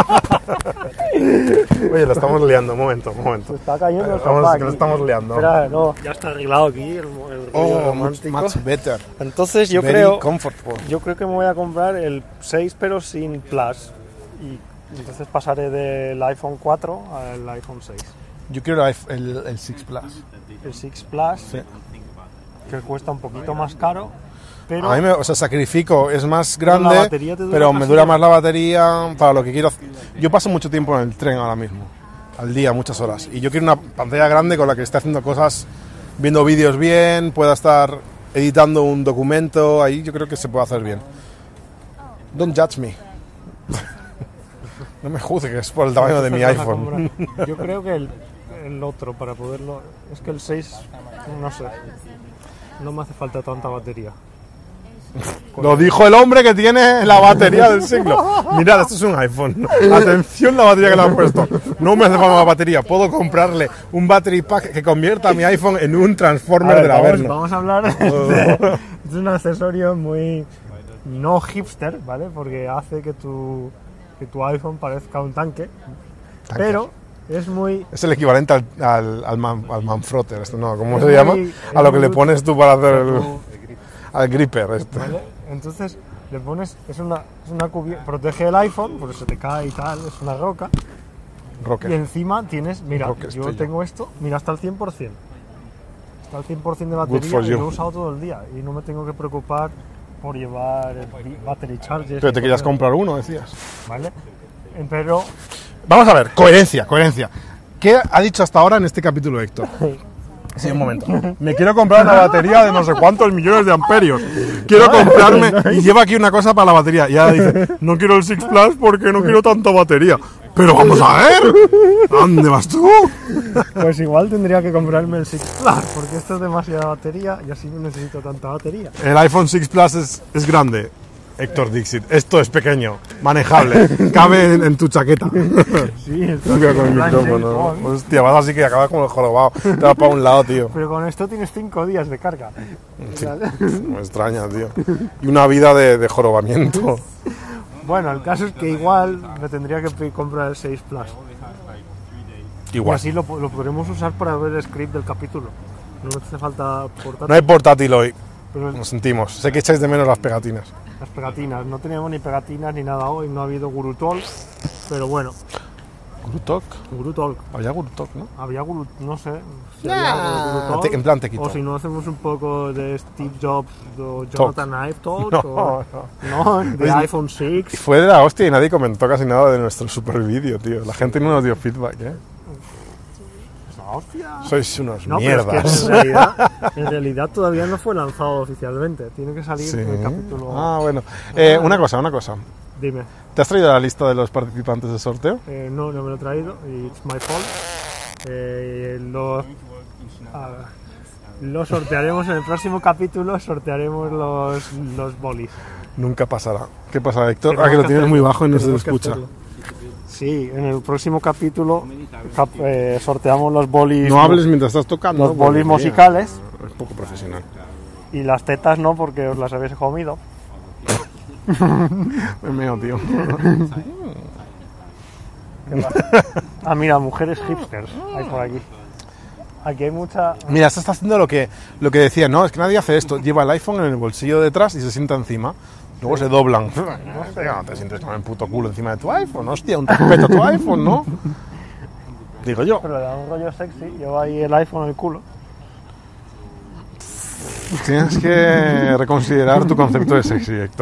Speaker 1: Oye, lo estamos liando, un momento, un
Speaker 3: Se
Speaker 1: momento.
Speaker 3: está cayendo el
Speaker 1: Estamos-
Speaker 3: sofá
Speaker 1: que lo
Speaker 3: aquí.
Speaker 1: estamos liando.
Speaker 3: Espera, no, ya está arreglado aquí el, el rollo
Speaker 1: Oh, much,
Speaker 3: romántico.
Speaker 1: much better.
Speaker 3: Entonces yo
Speaker 1: Very
Speaker 3: creo,
Speaker 1: comfortable.
Speaker 3: yo creo que me voy a comprar el seis pero sin Plus. Y entonces pasaré del iPhone cuatro al iPhone seis.
Speaker 1: Yo quiero el, el, el seis Plus.
Speaker 3: El seis Plus,
Speaker 1: Sí.
Speaker 3: que cuesta un poquito más caro, pero
Speaker 1: A mí me, o sea, sacrifico, es más
Speaker 3: Pero la
Speaker 1: grande,
Speaker 3: batería te dura
Speaker 1: pero me
Speaker 3: casi
Speaker 1: dura
Speaker 3: dos.
Speaker 1: más la batería para lo que quiero hacer. Yo paso mucho tiempo en el tren ahora mismo, al día, muchas horas. Y yo quiero una pantalla grande con la que esté haciendo cosas, viendo vídeos bien, pueda estar editando un documento, ahí yo creo que se puede hacer bien. Don't judge me. No me juzgues por el tamaño de mi
Speaker 3: Entonces vas a
Speaker 1: iPhone.
Speaker 3: comprar- Yo creo que el, el otro para poderlo... Es que el seis, no sé, no me hace falta tanta batería.
Speaker 1: Lo dijo el hombre que tiene la batería del siglo. Mirad, esto es un iPhone. Atención la batería que le han puesto. No me hace falta más batería. Puedo comprarle un battery pack que convierta a mi iPhone en un
Speaker 3: A
Speaker 1: transformer
Speaker 3: ver,
Speaker 1: del
Speaker 3: vamos,
Speaker 1: Averno.
Speaker 3: vamos a hablar de... Es un accesorio muy... no hipster, ¿vale? Porque hace que tu, que tu iPhone parezca un tanque.
Speaker 1: Tanque.
Speaker 3: Pero es muy...
Speaker 1: Es el equivalente al, al, al, man, al Manfrotter, esto, ¿no? ¿Cómo
Speaker 3: Es
Speaker 1: se
Speaker 3: muy-
Speaker 1: llama?
Speaker 3: es
Speaker 1: A lo que
Speaker 3: muy
Speaker 1: le pones tú para hacer el,
Speaker 3: tu-
Speaker 1: al gripper. Esto.
Speaker 3: ¿vale? Entonces le pones, es una, es una cubierta, protege el iPhone, porque se te cae y tal, es una roca. Y
Speaker 1: Rocker.
Speaker 3: encima tienes, mira,
Speaker 1: Roque
Speaker 3: yo
Speaker 1: estrella.
Speaker 3: tengo esto, mira, hasta el cien por ciento. Está al cien por ciento de
Speaker 1: Good
Speaker 3: batería
Speaker 1: for
Speaker 3: y
Speaker 1: you.
Speaker 3: lo he usado todo el día. Y no me tengo que preocupar por llevar el battery charger.
Speaker 1: Pero te querías comprar uno, decías.
Speaker 3: ¿Vale? Eh, Pero
Speaker 1: Vamos a ver, coherencia, coherencia. ¿Qué ha dicho hasta ahora en este capítulo Héctor? Sí, un momento. Me quiero comprar una batería de no sé cuántos millones de amperios. Quiero comprarme... Y lleva aquí una cosa para la batería. Y ahora dice, no quiero el seis Plus porque no quiero tanta batería. Pero vamos a ver. ¿A dónde vas tú?
Speaker 3: pues igual tendría que comprarme el seis Plus, porque esto es demasiada batería y así no necesito tanta batería.
Speaker 1: El iPhone seis Plus es, es grande. Héctor Dixit, esto es pequeño, manejable, cabe en, en tu chaqueta.
Speaker 3: Sí, esto
Speaker 1: Hostia, con el
Speaker 3: Black
Speaker 1: micrófono.
Speaker 3: James Bond.
Speaker 1: Hostia, vas así que acabas como el jorobado. Te vas para un lado, tío.
Speaker 3: Pero con esto tienes cinco días de carga.
Speaker 1: Sí, me extraña, tío. Y una vida de, de jorobamiento.
Speaker 3: Bueno, el caso es que igual me tendría que pe- comprar el seis Plus. Y
Speaker 1: Igual.
Speaker 3: así lo, po- lo podremos usar para ver el script del capítulo. No nos hace falta portátil.
Speaker 1: No hay portátil hoy,
Speaker 3: Pero
Speaker 1: lo sentimos. Sé que echáis de menos las pegatinas.
Speaker 3: las pegatinas, no teníamos ni pegatinas ni nada hoy, no ha habido Gurutol, pero bueno,
Speaker 1: Gurutok.
Speaker 3: Gurutol.
Speaker 1: Había Gurutok, ¿no?
Speaker 3: Había Gurut, no sé. Si
Speaker 1: Nah,
Speaker 3: había Gurutol,
Speaker 1: te- en plan te quito.
Speaker 3: O si no hacemos un poco de Steve Jobs o Jonathan Ive Talk.
Speaker 1: No,
Speaker 3: o,
Speaker 1: no.
Speaker 3: no, de
Speaker 1: Pues-
Speaker 3: iPhone
Speaker 1: Y
Speaker 3: seis.
Speaker 1: fue de la hostia y nadie comentó casi nada de nuestro super vídeo, tío. La gente no nos dio feedback, ¿eh?
Speaker 3: ¡Hostia!
Speaker 1: Sois unos
Speaker 3: No, pero
Speaker 1: mierdas.
Speaker 3: es que en realidad, en realidad todavía no fue lanzado oficialmente. Tiene que salir
Speaker 1: Sí.
Speaker 3: el capítulo.
Speaker 1: Ah, bueno. Eh, una cosa, una cosa.
Speaker 3: Dime.
Speaker 1: ¿Te has traído la lista de los participantes del sorteo?
Speaker 3: Eh, no, no me lo he traído. It's my fault. Eh, lo, ah, lo sortearemos en el próximo capítulo. Sortearemos los, los bolis.
Speaker 1: Nunca pasará. ¿Qué pasa, Héctor?
Speaker 3: Tenemos
Speaker 1: Ah, que lo
Speaker 3: que
Speaker 1: tienes
Speaker 3: hacerlo,
Speaker 1: muy bajo y no se te
Speaker 3: tenemos que
Speaker 1: escucha.
Speaker 3: hacerlo. Sí, en el próximo capítulo cap- eh, sorteamos los bolis.
Speaker 1: No hables mientras estás tocando.
Speaker 3: los bolis
Speaker 1: porque,
Speaker 3: musicales.
Speaker 1: tío, Es poco profesional.
Speaker 3: Y las tetas no, porque os las habéis comido.
Speaker 1: Me meo, tío.
Speaker 3: Ah, mira, mujeres hipsters. Hay por aquí. Aquí hay mucha.
Speaker 1: Mira, esto está haciendo lo que, lo que decía, no, es que nadie hace esto. Lleva el iPhone en el bolsillo de detrás y se sienta encima. Luego se doblan. No, no te sientes con el puto culo encima de tu iPhone, hostia, un respeto a tu iPhone, ¿no? Digo yo.
Speaker 3: Pero le da un rollo sexy. Lleva ahí el iPhone en el culo.
Speaker 1: Tienes que reconsiderar tu concepto de sexy, Héctor.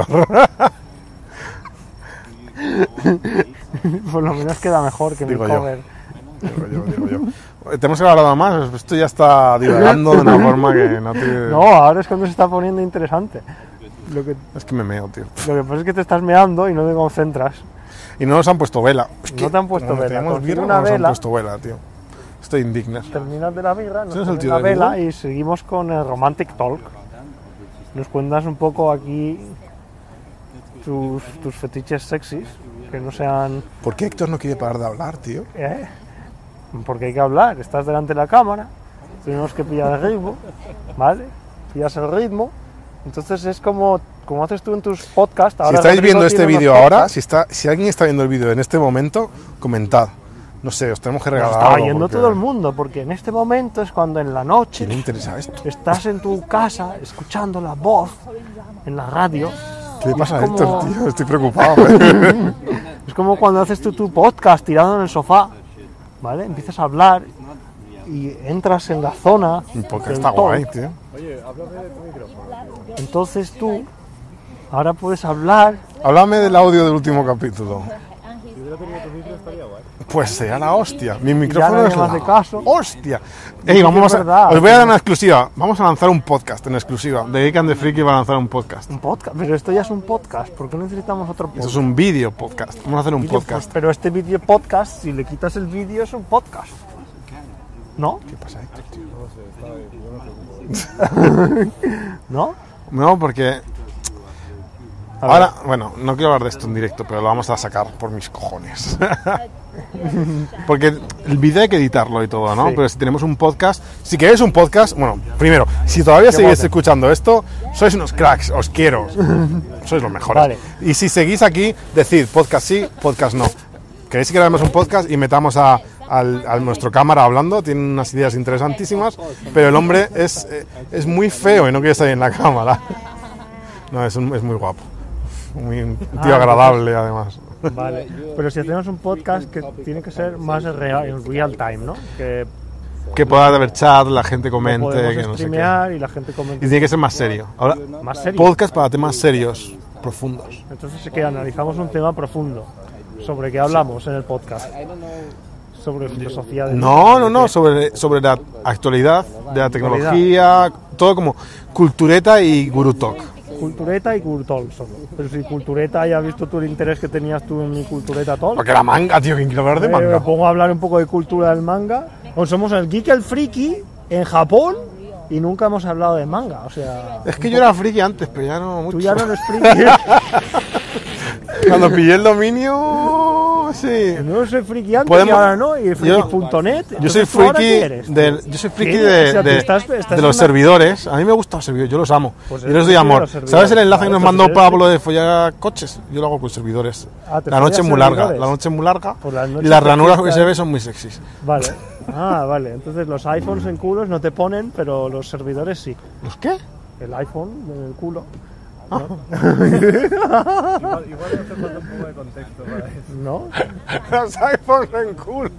Speaker 3: Por lo menos queda mejor que mi
Speaker 1: Digo yo.
Speaker 3: cover.
Speaker 1: Digo yo, digo yo. Tenemos que hablar más, esto ya está divagando de una forma que no te...
Speaker 3: No, ahora es cuando se está poniendo interesante. Lo que,
Speaker 1: Es que me meo, tío.
Speaker 3: lo que pasa es que te estás meando y no te concentras.
Speaker 1: Y no nos han puesto vela. Es
Speaker 3: No te han puesto
Speaker 1: como
Speaker 3: vela,
Speaker 1: tenemos
Speaker 3: consigue
Speaker 1: birra,
Speaker 3: una
Speaker 1: no nos han
Speaker 3: vela.
Speaker 1: puesto vela, tío. Estoy indigno.
Speaker 3: Terminas de la birra, nos
Speaker 1: ¿Ese es el
Speaker 3: pones
Speaker 1: tío
Speaker 3: la
Speaker 1: de
Speaker 3: vela
Speaker 1: Lidl?
Speaker 3: y seguimos con el Romantic Talk. Nos cuentas un poco aquí tus, tus fetiches sexys, que no sean...
Speaker 1: ¿Por qué Héctor no quiere parar de hablar, tío?
Speaker 3: ¿eh? Porque hay que hablar, estás delante de la cámara, tenemos que pillar el ritmo, ¿vale? Pillas el ritmo, entonces es como, como haces tú en tus podcasts. Ahora
Speaker 1: Si estáis
Speaker 3: Rodrigo
Speaker 1: viendo este
Speaker 3: tiene unos
Speaker 1: vídeo ahora,
Speaker 3: podcasts.
Speaker 1: si, está, si alguien está viendo el vídeo en este momento, comentad. No sé, os tenemos que
Speaker 3: Nos
Speaker 1: regalar
Speaker 3: está
Speaker 1: algo.
Speaker 3: viendo
Speaker 1: porque-
Speaker 3: todo el mundo, porque en este momento es cuando en la noche
Speaker 1: ¿Quién le interesa esto?
Speaker 3: estás en tu casa escuchando la voz en la radio.
Speaker 1: ¿Qué le pasa a
Speaker 3: Es como-
Speaker 1: Héctor, tío? Estoy preocupado. ¿eh?
Speaker 3: Es como cuando haces tú tu podcast tirado en el sofá, ¿vale? Empiezas a hablar y entras en la zona.
Speaker 1: Un podcast
Speaker 3: del
Speaker 1: está
Speaker 3: talk.
Speaker 1: guay, tío.
Speaker 3: Entonces tú ahora puedes hablar.
Speaker 1: Háblame del audio del último capítulo. Pues sería la hostia. Mi micrófono
Speaker 3: nadie
Speaker 1: es
Speaker 3: me
Speaker 1: la
Speaker 3: hace caso.
Speaker 1: hostia. Ey,
Speaker 3: Es
Speaker 1: vamos a,
Speaker 3: verdad,
Speaker 1: os voy a dar
Speaker 3: tío.
Speaker 1: una exclusiva. Vamos a lanzar un podcast en exclusiva. The Geek and the Freaky va a lanzar un podcast.
Speaker 3: Un podcast, pero esto ya es un podcast. ¿Por qué necesitamos otro podcast?
Speaker 1: Eso es un vídeo podcast. Vamos a hacer un
Speaker 3: Vídeo
Speaker 1: podcast.
Speaker 3: pod- Pero este vídeo podcast, si le quitas el vídeo, es un podcast. ¿No?
Speaker 1: ¿Qué pasa, Héctor, tío?
Speaker 3: ¿No?
Speaker 1: No, porque
Speaker 3: A
Speaker 1: ahora, bueno, no quiero hablar de esto en directo, pero lo vamos a sacar por mis cojones. Porque el vídeo hay que editarlo y todo, ¿no?
Speaker 3: Sí.
Speaker 1: Pero si tenemos un podcast, si queréis un podcast, bueno, primero, si todavía seguís
Speaker 3: voten.
Speaker 1: escuchando esto, sois unos cracks, os quiero. Sois los mejores.
Speaker 3: Vale.
Speaker 1: Y si seguís aquí, decid podcast sí, podcast no. ¿Queréis que grabemos un podcast y metamos a, al, a nuestro cámara hablando? Tiene unas ideas interesantísimas, pero el hombre es, eh, es muy feo y no quiere estar en la cámara. No, es, un- es muy guapo. Muy, un tío
Speaker 3: Ah,
Speaker 1: agradable, además.
Speaker 3: Vale. Pero si hacemos un podcast que tiene que ser más en real, en real time, ¿no? Que
Speaker 1: Que pueda haber chat, la gente comente,
Speaker 3: podemos
Speaker 1: que no sé qué.
Speaker 3: streamear y la gente
Speaker 1: Y
Speaker 3: comenta.
Speaker 1: tiene que ser más serio. Ahora,
Speaker 3: Más serio.
Speaker 1: podcast para temas serios, profundos.
Speaker 3: Entonces es que analizamos un tema profundo. ¿Sobre qué hablamos en el podcast? Sobre filosofía de
Speaker 1: No, no, no, sobre, sobre la actualidad de la tecnología, todo como cultureta y guru talk.
Speaker 3: Cultureta y Cultol solo. Pero si Cultureta, ya has visto tú el interés que tenías tú en mi Cultureta Talk.
Speaker 1: Porque la manga, tío, ¿quién quiere hablar de
Speaker 3: Eh, me
Speaker 1: manga?
Speaker 3: pongo a hablar un poco de cultura del manga. O somos el geek, el friki en Japón y nunca hemos hablado de manga. O sea,
Speaker 1: Es que yo era friki antes, pero ya no mucho.
Speaker 3: tú ya no eres friki.
Speaker 1: Cuando pillé el dominio, sí.
Speaker 3: No soy friki antes
Speaker 1: Podemos-
Speaker 3: y ahora no. Y
Speaker 1: yo-
Speaker 3: friki punto net.
Speaker 1: Yo soy
Speaker 3: Entonces, ¿tú ahora
Speaker 1: friki
Speaker 3: qué eres?
Speaker 1: del, yo soy friki
Speaker 3: ¿Qué?
Speaker 1: de,
Speaker 3: O sea, tú
Speaker 1: de-
Speaker 3: estás- estás
Speaker 1: de
Speaker 3: en
Speaker 1: los
Speaker 3: una-
Speaker 1: servidores. A mí me gustan los servidores, yo los amo.
Speaker 3: Pues
Speaker 1: yo
Speaker 3: eres
Speaker 1: les doy
Speaker 3: friki de
Speaker 1: amor.
Speaker 3: los servidores.
Speaker 1: ¿Sabes el enlace que
Speaker 3: Vale,
Speaker 1: nos
Speaker 3: entonces
Speaker 1: mandó
Speaker 3: eres
Speaker 1: Pablo de follar coches? Yo lo hago con servidores.
Speaker 3: Ah, ¿te
Speaker 1: La noche es
Speaker 3: follas
Speaker 1: muy larga,
Speaker 3: servidores?
Speaker 1: la noche es muy larga
Speaker 3: Por las
Speaker 1: y
Speaker 3: noches
Speaker 1: las
Speaker 3: te
Speaker 1: ranuras
Speaker 3: fiestas.
Speaker 1: U S B son muy sexys.
Speaker 3: Vale. Ah, vale. Entonces los iPhones en culos no te ponen, pero los servidores sí.
Speaker 1: ¿Los qué?
Speaker 3: El iPhone en el culo.
Speaker 2: Igual, igual hace falta un poco de contexto para eso.
Speaker 3: ¿No?
Speaker 1: Los iPhones en culo.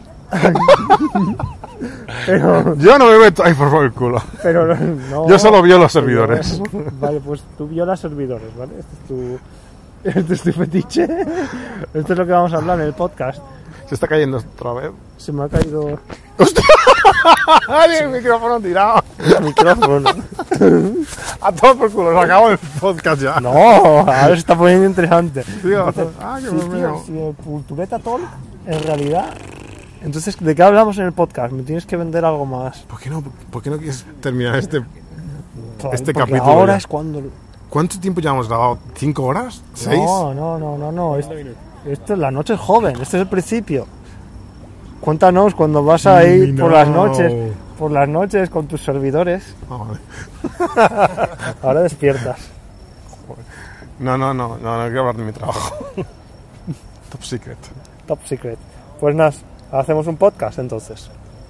Speaker 3: Pero,
Speaker 1: Yo no me meto iPhone por el culo.
Speaker 3: pero no.
Speaker 1: Yo solo vio los servidores.
Speaker 3: Vale, pues tú violas servidores, ¿vale? Este es tu, este es tu fetiche. Esto es lo que vamos a hablar en el podcast.
Speaker 1: Se está cayendo otra vez.
Speaker 3: Se me ha caído
Speaker 1: ¡Ay, el micrófono tirado!
Speaker 3: el micrófono.
Speaker 1: A todo por culo, se acabó el podcast ya.
Speaker 3: No, ahora se está poniendo interesante.
Speaker 1: Tío, ah, qué
Speaker 3: Sí, tío,
Speaker 1: mío.
Speaker 3: si el Cultureta Talk, en realidad. Entonces, ¿de qué hablamos en el podcast? Me tienes que vender algo más.
Speaker 1: ¿Por qué no, por qué no quieres terminar este? Este
Speaker 3: Porque
Speaker 1: capítulo
Speaker 3: ahora
Speaker 1: ya.
Speaker 3: es cuando.
Speaker 1: ¿Cuánto tiempo ya hemos grabado? ¿Cinco horas? ¿Seis?
Speaker 3: No, no, no, no, no. Esto, esto es la noche es joven, este es el principio. Cuéntanos cuando vas a ir
Speaker 1: Mm,
Speaker 3: por
Speaker 1: no.
Speaker 3: las noches, por las noches con tus servidores.
Speaker 1: Ah, vale.
Speaker 3: Ahora despiertas.
Speaker 1: No, no, no, no, no quiero hablar de mi trabajo. Top secret.
Speaker 3: Top secret. Pues nada, hacemos un podcast entonces.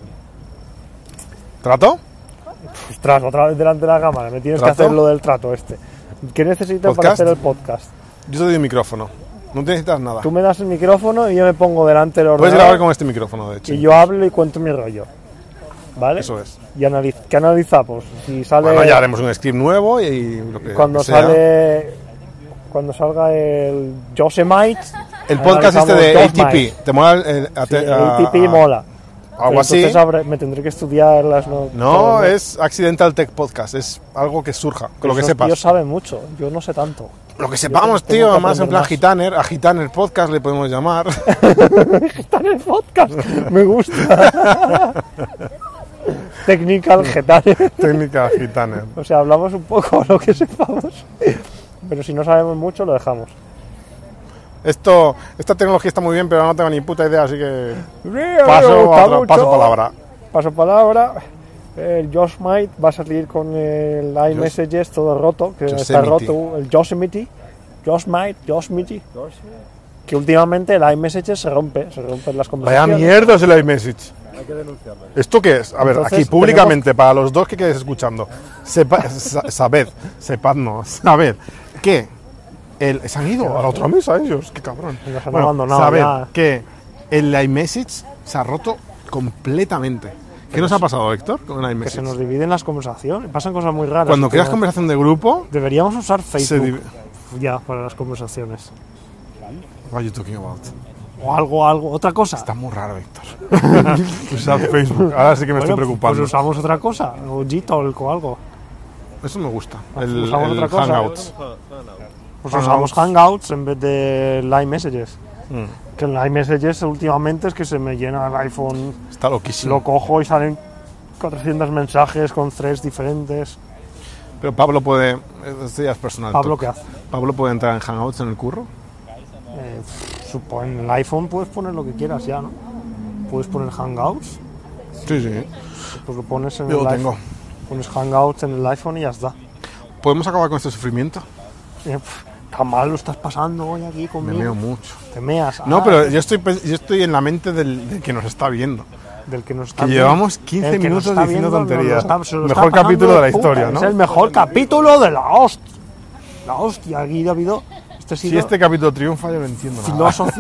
Speaker 1: ¿Trato?
Speaker 3: Ostras, otra vez delante de la cámara. Me tienes
Speaker 1: ¿Trato?
Speaker 3: que hacer lo del trato este. ¿Qué necesitas para
Speaker 1: ¿Podcast?
Speaker 3: hacer el podcast?
Speaker 1: Yo te doy un micrófono. No necesitas nada.
Speaker 3: Tú me das el micrófono y yo me pongo delante del
Speaker 1: Puedes
Speaker 3: ordenador
Speaker 1: grabar con este micrófono, de hecho.
Speaker 3: y yo hablo y cuento mi rollo. ¿Vale?
Speaker 1: Eso es.
Speaker 3: Y analiz ¿qué analizamos? Si sale
Speaker 1: Bueno, ya haremos un script nuevo y, y lo que
Speaker 3: cuando
Speaker 1: que sea.
Speaker 3: sale cuando salga el Yosemite,
Speaker 1: El podcast este
Speaker 3: analizamos
Speaker 1: de
Speaker 3: dos
Speaker 1: A T P.
Speaker 3: más.
Speaker 1: ¿Te mola el, el- a-
Speaker 3: Sí, el
Speaker 1: a-
Speaker 3: A T P
Speaker 1: a-
Speaker 3: mola.
Speaker 1: Algo
Speaker 3: Pero
Speaker 1: así.
Speaker 3: entonces habré- me tendré que estudiar las no.
Speaker 1: No,
Speaker 3: todo,
Speaker 1: es Accidental Tech Podcast. Es algo que surja, con lo que
Speaker 3: Esos
Speaker 1: sepas.
Speaker 3: tíos saben mucho, yo no sé tanto.
Speaker 1: Lo que sepamos,
Speaker 3: tengo
Speaker 1: tío.
Speaker 3: que
Speaker 1: Además, en
Speaker 3: aprender
Speaker 1: plan
Speaker 3: más.
Speaker 1: Gitaner. A Gitaner Podcast le podemos llamar.
Speaker 3: Está en el podcast, me gusta. Technical Getare.
Speaker 1: Técnica Gitaner.
Speaker 3: O sea, hablamos un poco lo que sepamos. Pero si no sabemos mucho, lo dejamos.
Speaker 1: Esto, esta tecnología está muy bien, pero no tengo ni puta idea, así que
Speaker 3: Me
Speaker 1: paso,
Speaker 3: gusta
Speaker 1: a otra-
Speaker 3: mucho.
Speaker 1: paso palabra.
Speaker 3: Paso palabra. El Yosemite va a salir con el iMessages todo roto, que está
Speaker 1: Yosemite.
Speaker 3: roto, el Yosemite, Yosemite, Yosemite, que últimamente el iMessages se rompe, se rompen las
Speaker 1: Vaya
Speaker 3: conversaciones.
Speaker 1: mierda es el iMessage.
Speaker 2: Hay que denunciarlo.
Speaker 1: ¿Esto qué es? A ver,
Speaker 3: Entonces,
Speaker 1: aquí públicamente, para los dos que quedáis escuchando, sepa, sa- sabed, sepadnos, sabed que el, se han ido a la otra mesa ellos, qué cabrón.
Speaker 3: Nos han abandonado
Speaker 1: sabed
Speaker 3: ya.
Speaker 1: que el iMessage se ha roto completamente. ¿Qué nos ha pasado, Héctor, con el
Speaker 3: Que se nos
Speaker 1: iMessage?
Speaker 3: dividen las conversaciones, pasan cosas muy raras.
Speaker 1: Cuando creas
Speaker 3: Como-
Speaker 1: conversación de grupo,
Speaker 3: Deberíamos usar
Speaker 1: se
Speaker 3: Facebook
Speaker 1: div-
Speaker 3: ya para las conversaciones.
Speaker 1: What are you talking about?
Speaker 3: O algo, algo, otra cosa.
Speaker 1: Está muy raro, Héctor. Usar Facebook. Ahora sí que me
Speaker 3: Bueno,
Speaker 1: estoy preocupando.
Speaker 3: Pues usamos otra cosa, o Gtalk o algo.
Speaker 1: Eso me gusta. El,
Speaker 3: Usamos
Speaker 1: el
Speaker 3: otra cosa.
Speaker 1: Hangouts.
Speaker 3: Pues
Speaker 1: Hangouts.
Speaker 3: usamos Hangouts en vez de Live Messages.
Speaker 1: Mm,
Speaker 3: Que en Live Messages últimamente es que se me llena el iPhone,
Speaker 1: Está loquísimo.
Speaker 3: lo cojo y salen cuatrocientos mensajes con threads diferentes.
Speaker 1: Pero Pablo puede. Esto ya es personal.
Speaker 3: Pablo,
Speaker 1: talk.
Speaker 3: ¿qué hace?
Speaker 1: Pablo puede entrar en Hangouts en el curro.
Speaker 3: Eh, supo- en el iPhone puedes poner lo que quieras ya, ¿no? Puedes poner Hangouts,
Speaker 1: Sí, sí.
Speaker 3: pues lo pones en
Speaker 1: Yo
Speaker 3: el
Speaker 1: lo
Speaker 3: iPhone.
Speaker 1: tengo.
Speaker 3: Pones Hangouts en el iPhone y ya está.
Speaker 1: ¿Podemos acabar con este sufrimiento?
Speaker 3: Eh, pf, tan mal lo estás pasando hoy aquí
Speaker 1: Me
Speaker 3: conmigo.
Speaker 1: meo mucho.
Speaker 3: Te meas.
Speaker 1: No,
Speaker 3: Ah,
Speaker 1: pero yo estoy, pe- yo estoy en la mente del, del que nos está viendo.
Speaker 3: del que nos
Speaker 1: Que
Speaker 3: está
Speaker 1: llevamos
Speaker 3: viendo.
Speaker 1: quince
Speaker 3: El que nos
Speaker 1: minutos
Speaker 3: está
Speaker 1: diciendo
Speaker 3: viendo, nos lo
Speaker 1: tonterías.
Speaker 3: está- se lo
Speaker 1: Mejor
Speaker 3: está pasando
Speaker 1: capítulo de la
Speaker 3: puta,
Speaker 1: historia, ¿no?
Speaker 3: Es el mejor capítulo de la hostia. La hostia, aquí ha habido. Este ha
Speaker 1: Si
Speaker 3: sido
Speaker 1: este capítulo triunfa, yo no entiendo nada.
Speaker 3: philosophy.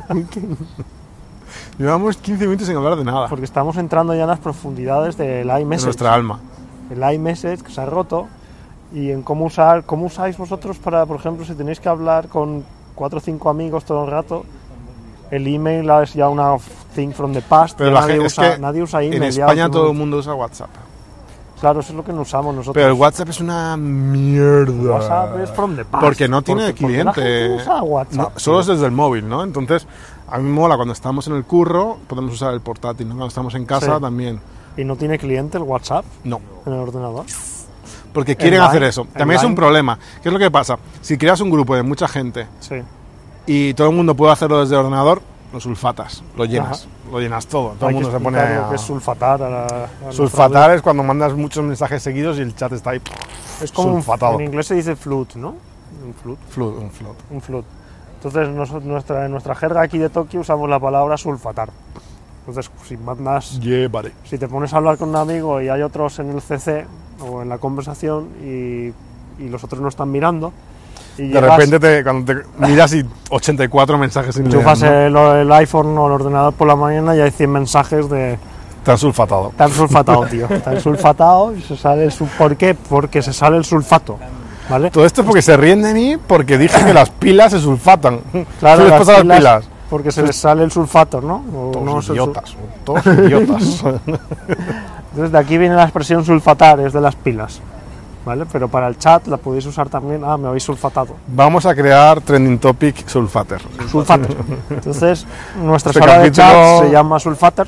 Speaker 1: Llevamos quince minutos sin hablar de nada.
Speaker 3: Porque estamos entrando ya en las profundidades del
Speaker 1: De
Speaker 3: iMessage.
Speaker 1: nuestra alma.
Speaker 3: El iMessage que se ha roto. Y en cómo usar, cómo usáis vosotros para, por ejemplo, si tenéis que hablar con cuatro o cinco amigos todo el rato. El email es ya una thing from the past.
Speaker 1: Pero
Speaker 3: ya
Speaker 1: la
Speaker 3: nadie,
Speaker 1: gente, es
Speaker 3: usa,
Speaker 1: que
Speaker 3: nadie usa email.
Speaker 1: en
Speaker 3: ya
Speaker 1: España todo el
Speaker 3: últimamente.
Speaker 1: mundo usa WhatsApp.
Speaker 3: Claro, eso es lo que no usamos nosotros.
Speaker 1: Pero el WhatsApp es una mierda.
Speaker 3: WhatsApp es from the past.
Speaker 1: Porque no tiene
Speaker 3: Porque- porque la
Speaker 1: cliente.
Speaker 3: gente usa WhatsApp,
Speaker 1: No, solo es desde el móvil, ¿no? Entonces, a mí me mola cuando estamos en el curro, podemos usar el portátil, ¿no? Cuando estamos en casa
Speaker 3: Sí.
Speaker 1: también.
Speaker 3: ¿Y no tiene cliente el WhatsApp
Speaker 1: No.
Speaker 3: en el ordenador?
Speaker 1: Porque quieren
Speaker 3: Line,
Speaker 1: hacer eso.
Speaker 3: en
Speaker 1: También es un
Speaker 3: Line.
Speaker 1: problema. ¿Qué es lo que pasa? Si creas un grupo de mucha gente
Speaker 3: Sí.
Speaker 1: y todo el mundo puede hacerlo desde el ordenador, lo sulfatas, lo llenas, lo llenas todo. Todo
Speaker 3: Hay
Speaker 1: el
Speaker 3: que
Speaker 1: mundo se pone
Speaker 3: explicar
Speaker 1: a...
Speaker 3: lo que es sulfatar. A la- a nuestra
Speaker 1: Sulfatar es cuando mandas muchos mensajes seguidos y el chat está ahí
Speaker 3: Es como un,
Speaker 1: sulfatado.
Speaker 3: en inglés se dice flute, ¿no? Un flute.
Speaker 1: Flood, un flood.
Speaker 3: Un flute. Entonces, nos- nuestra, en nuestra jerga aquí de Tokio usamos la palabra sulfatar. Entonces, si mandas,
Speaker 1: Yeah, vale.
Speaker 3: si te pones a hablar con un amigo y hay otros en el C C o en la conversación y, y los otros no están mirando, y
Speaker 1: De
Speaker 3: llegas-
Speaker 1: repente te, cuando te miras y ochenta y cuatro mensajes sin leer,
Speaker 3: enchufas
Speaker 1: ¿no?
Speaker 3: el, el iPhone o el ordenador por la mañana y hay cien mensajes de
Speaker 1: Te han sulfatado.
Speaker 3: tan sulfatado, tío. Tan sulfatado y se sale el sul- ¿Por qué? Porque se sale el sulfato. ¿Vale?
Speaker 1: Todo esto es porque se ríen de mí porque dije que las pilas se sulfatan.
Speaker 3: Claro,
Speaker 1: ¿Qué les
Speaker 3: las
Speaker 1: pasa a las
Speaker 3: pilas,
Speaker 1: pilas?
Speaker 3: Porque se les sale el sulfato, ¿no? O
Speaker 1: Todos
Speaker 3: no, se-
Speaker 1: idiotas. Todos idiotas.
Speaker 3: Entonces de aquí viene la expresión sulfatar, es de las pilas. ¿Vale? Pero para el chat la podéis usar también. Ah, me habéis sulfatado.
Speaker 1: Vamos a crear trending topic sulfater.
Speaker 3: Sulfater. Entonces, nuestra
Speaker 1: Este
Speaker 3: sala de
Speaker 1: capítulo-
Speaker 3: chat se llama Sulfater.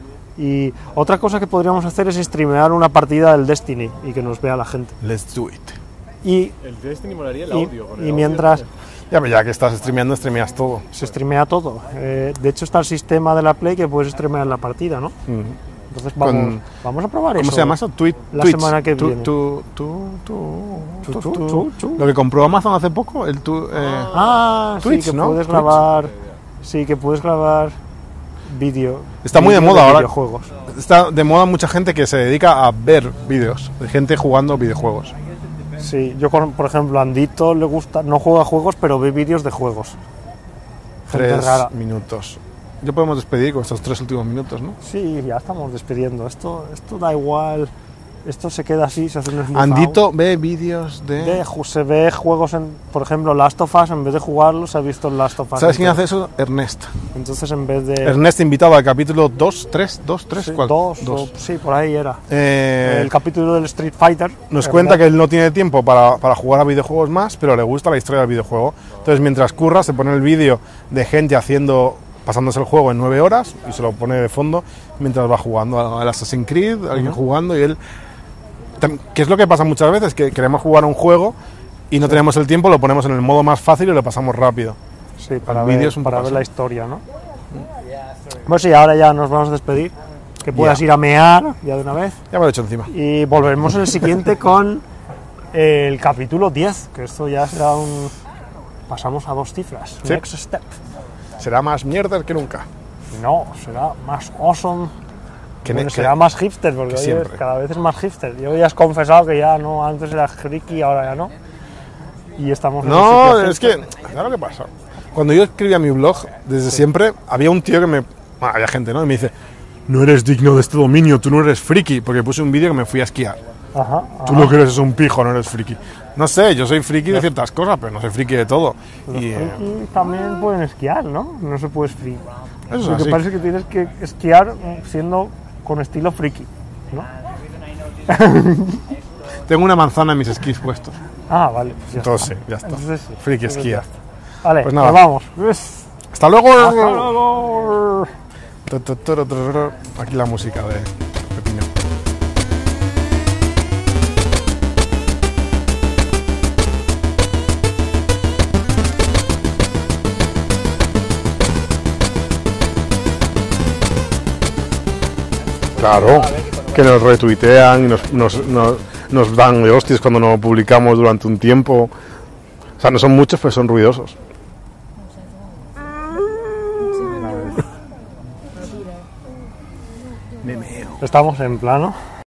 Speaker 3: Y otra cosa que podríamos hacer es streamear una partida del Destiny y que nos vea la gente.
Speaker 1: Let's do it.
Speaker 3: Y,
Speaker 2: El Destiny molaría el
Speaker 3: y,
Speaker 2: audio. con el
Speaker 3: y
Speaker 2: audio.
Speaker 3: mientras
Speaker 1: Ya, pero ya que estás streameando, streameas todo.
Speaker 3: se streamea todo. Eh, de hecho, está el sistema de la Play que puedes streamear la partida, ¿no? Entonces vamos,
Speaker 1: Con-
Speaker 3: vamos a probar eso.
Speaker 1: ¿Cómo se llama eso? Tweet,
Speaker 3: La
Speaker 1: Twitch.
Speaker 3: semana que
Speaker 1: Tu-
Speaker 3: viene.
Speaker 1: tu- tu- tu-
Speaker 3: Tu-
Speaker 1: tu-
Speaker 3: tu-
Speaker 1: tu-
Speaker 3: tu- tu.
Speaker 1: Lo que compró Amazon hace poco, el tu, eh,
Speaker 3: Ah,
Speaker 1: Twitch,
Speaker 3: sí, que
Speaker 1: ¿no?
Speaker 3: puedes
Speaker 1: Twitch.
Speaker 3: grabar. Sí, que puedes grabar vídeo.
Speaker 1: Está muy de
Speaker 3: vídeo
Speaker 1: moda ahora.
Speaker 3: videojuegos.
Speaker 1: está de moda mucha gente que se dedica a ver vídeos de gente jugando videojuegos.
Speaker 3: Sí, yo con- por ejemplo, a Andito le gusta, no juega juegos, pero ve vídeos de juegos. Gente
Speaker 1: Tres
Speaker 3: rara.
Speaker 1: minutos. Ya podemos despedir con estos tres últimos minutos, ¿no?
Speaker 3: Sí, ya estamos despidiendo. Esto, esto da igual. Esto se queda así, se hace un smooth
Speaker 1: Andito
Speaker 3: out.
Speaker 1: ve vídeos de...
Speaker 3: Ve, ju- se ve juegos, en, por ejemplo, Last of Us, en vez de jugarlo, se ha visto el Last of Us.
Speaker 1: ¿Sabes quién
Speaker 3: entero.
Speaker 1: hace eso? Ernest.
Speaker 3: Entonces, en vez de.
Speaker 1: Ernest invitado al capítulo dos, tres, dos, tres,
Speaker 3: sí,
Speaker 1: ¿cuál?
Speaker 3: dos, o- sí, por ahí era.
Speaker 1: Eh,
Speaker 3: El capítulo del Street Fighter.
Speaker 1: Nos
Speaker 3: en
Speaker 1: cuenta
Speaker 3: vez-
Speaker 1: que él no tiene tiempo para, para jugar a videojuegos más, pero le gusta la historia del videojuego. Entonces, mientras curra, se pone el vídeo de gente haciendo, pasándose el juego en nueve horas y se lo pone de fondo mientras va jugando al Assassin's Creed, alguien jugando y él... tam- ¿Qué es lo que pasa muchas veces? Que queremos jugar un juego y no tenemos el tiempo, lo ponemos en el modo más fácil y lo pasamos rápido.
Speaker 3: Sí, para,
Speaker 1: el
Speaker 3: ver,
Speaker 1: vídeo es un
Speaker 3: para
Speaker 1: poco
Speaker 3: ver
Speaker 1: así.
Speaker 3: la historia, ¿no? Pues sí, ahora ya nos vamos a despedir. que puedas
Speaker 1: Ya.
Speaker 3: ir a mear ya de una vez.
Speaker 1: Ya me lo he hecho encima.
Speaker 3: Y volveremos el siguiente con el capítulo diez, que esto ya será un... Pasamos a dos cifras.
Speaker 1: Sí.
Speaker 3: Next step.
Speaker 1: Será más mierda que nunca.
Speaker 3: No, será más awesome.
Speaker 1: Que
Speaker 3: Bueno,
Speaker 1: ne-
Speaker 3: será
Speaker 1: que-
Speaker 3: más hipster, porque
Speaker 1: que
Speaker 3: hoy
Speaker 1: siempre.
Speaker 3: es- cada vez es más hipster. Yo ya has confesado que ya no, antes era friki, ahora ya no. Y estamos en el
Speaker 1: No,
Speaker 3: sitio
Speaker 1: es que,
Speaker 3: hipster.
Speaker 1: ¿sabes lo que pasa? Cuando yo escribía mi blog, desde siempre, había un tío que me... Bueno, había gente, ¿no? Y me dice, no eres digno de este dominio, tú no eres friki, porque puse un vídeo que me fui a esquiar.
Speaker 3: Ajá,
Speaker 1: Tú
Speaker 3: ajá.
Speaker 1: lo que eres es un pijo, no eres friki. No sé, yo soy friki de ciertas cosas, pero no soy friki de todo.
Speaker 3: Los
Speaker 1: Y, eh,
Speaker 3: frikis también pueden esquiar, ¿no? No se puede friki.
Speaker 1: eso es
Speaker 3: Lo que
Speaker 1: así.
Speaker 3: pasa es que tienes que esquiar siendo con estilo friki, ¿no?
Speaker 1: Tengo una manzana en mis esquís puestos.
Speaker 3: Ah, vale, pues ya
Speaker 1: Entonces,
Speaker 3: está.
Speaker 1: sí, ya está.
Speaker 3: Entonces sí.
Speaker 1: Friki
Speaker 3: Entonces
Speaker 1: esquía.
Speaker 3: ya está. Vale,
Speaker 1: Pues
Speaker 3: pues
Speaker 1: nada.
Speaker 3: vamos. Pues,
Speaker 1: ¡Hasta luego!
Speaker 3: hasta luego.
Speaker 1: Tu, tu, tu, tu, tu, tu. Aquí la música de Pepino. Claro, que nos retuitean y nos, nos, nos, nos dan de hostias cuando no publicamos durante un tiempo. O sea, no son muchos, pero son ruidosos.
Speaker 3: Estamos en plano.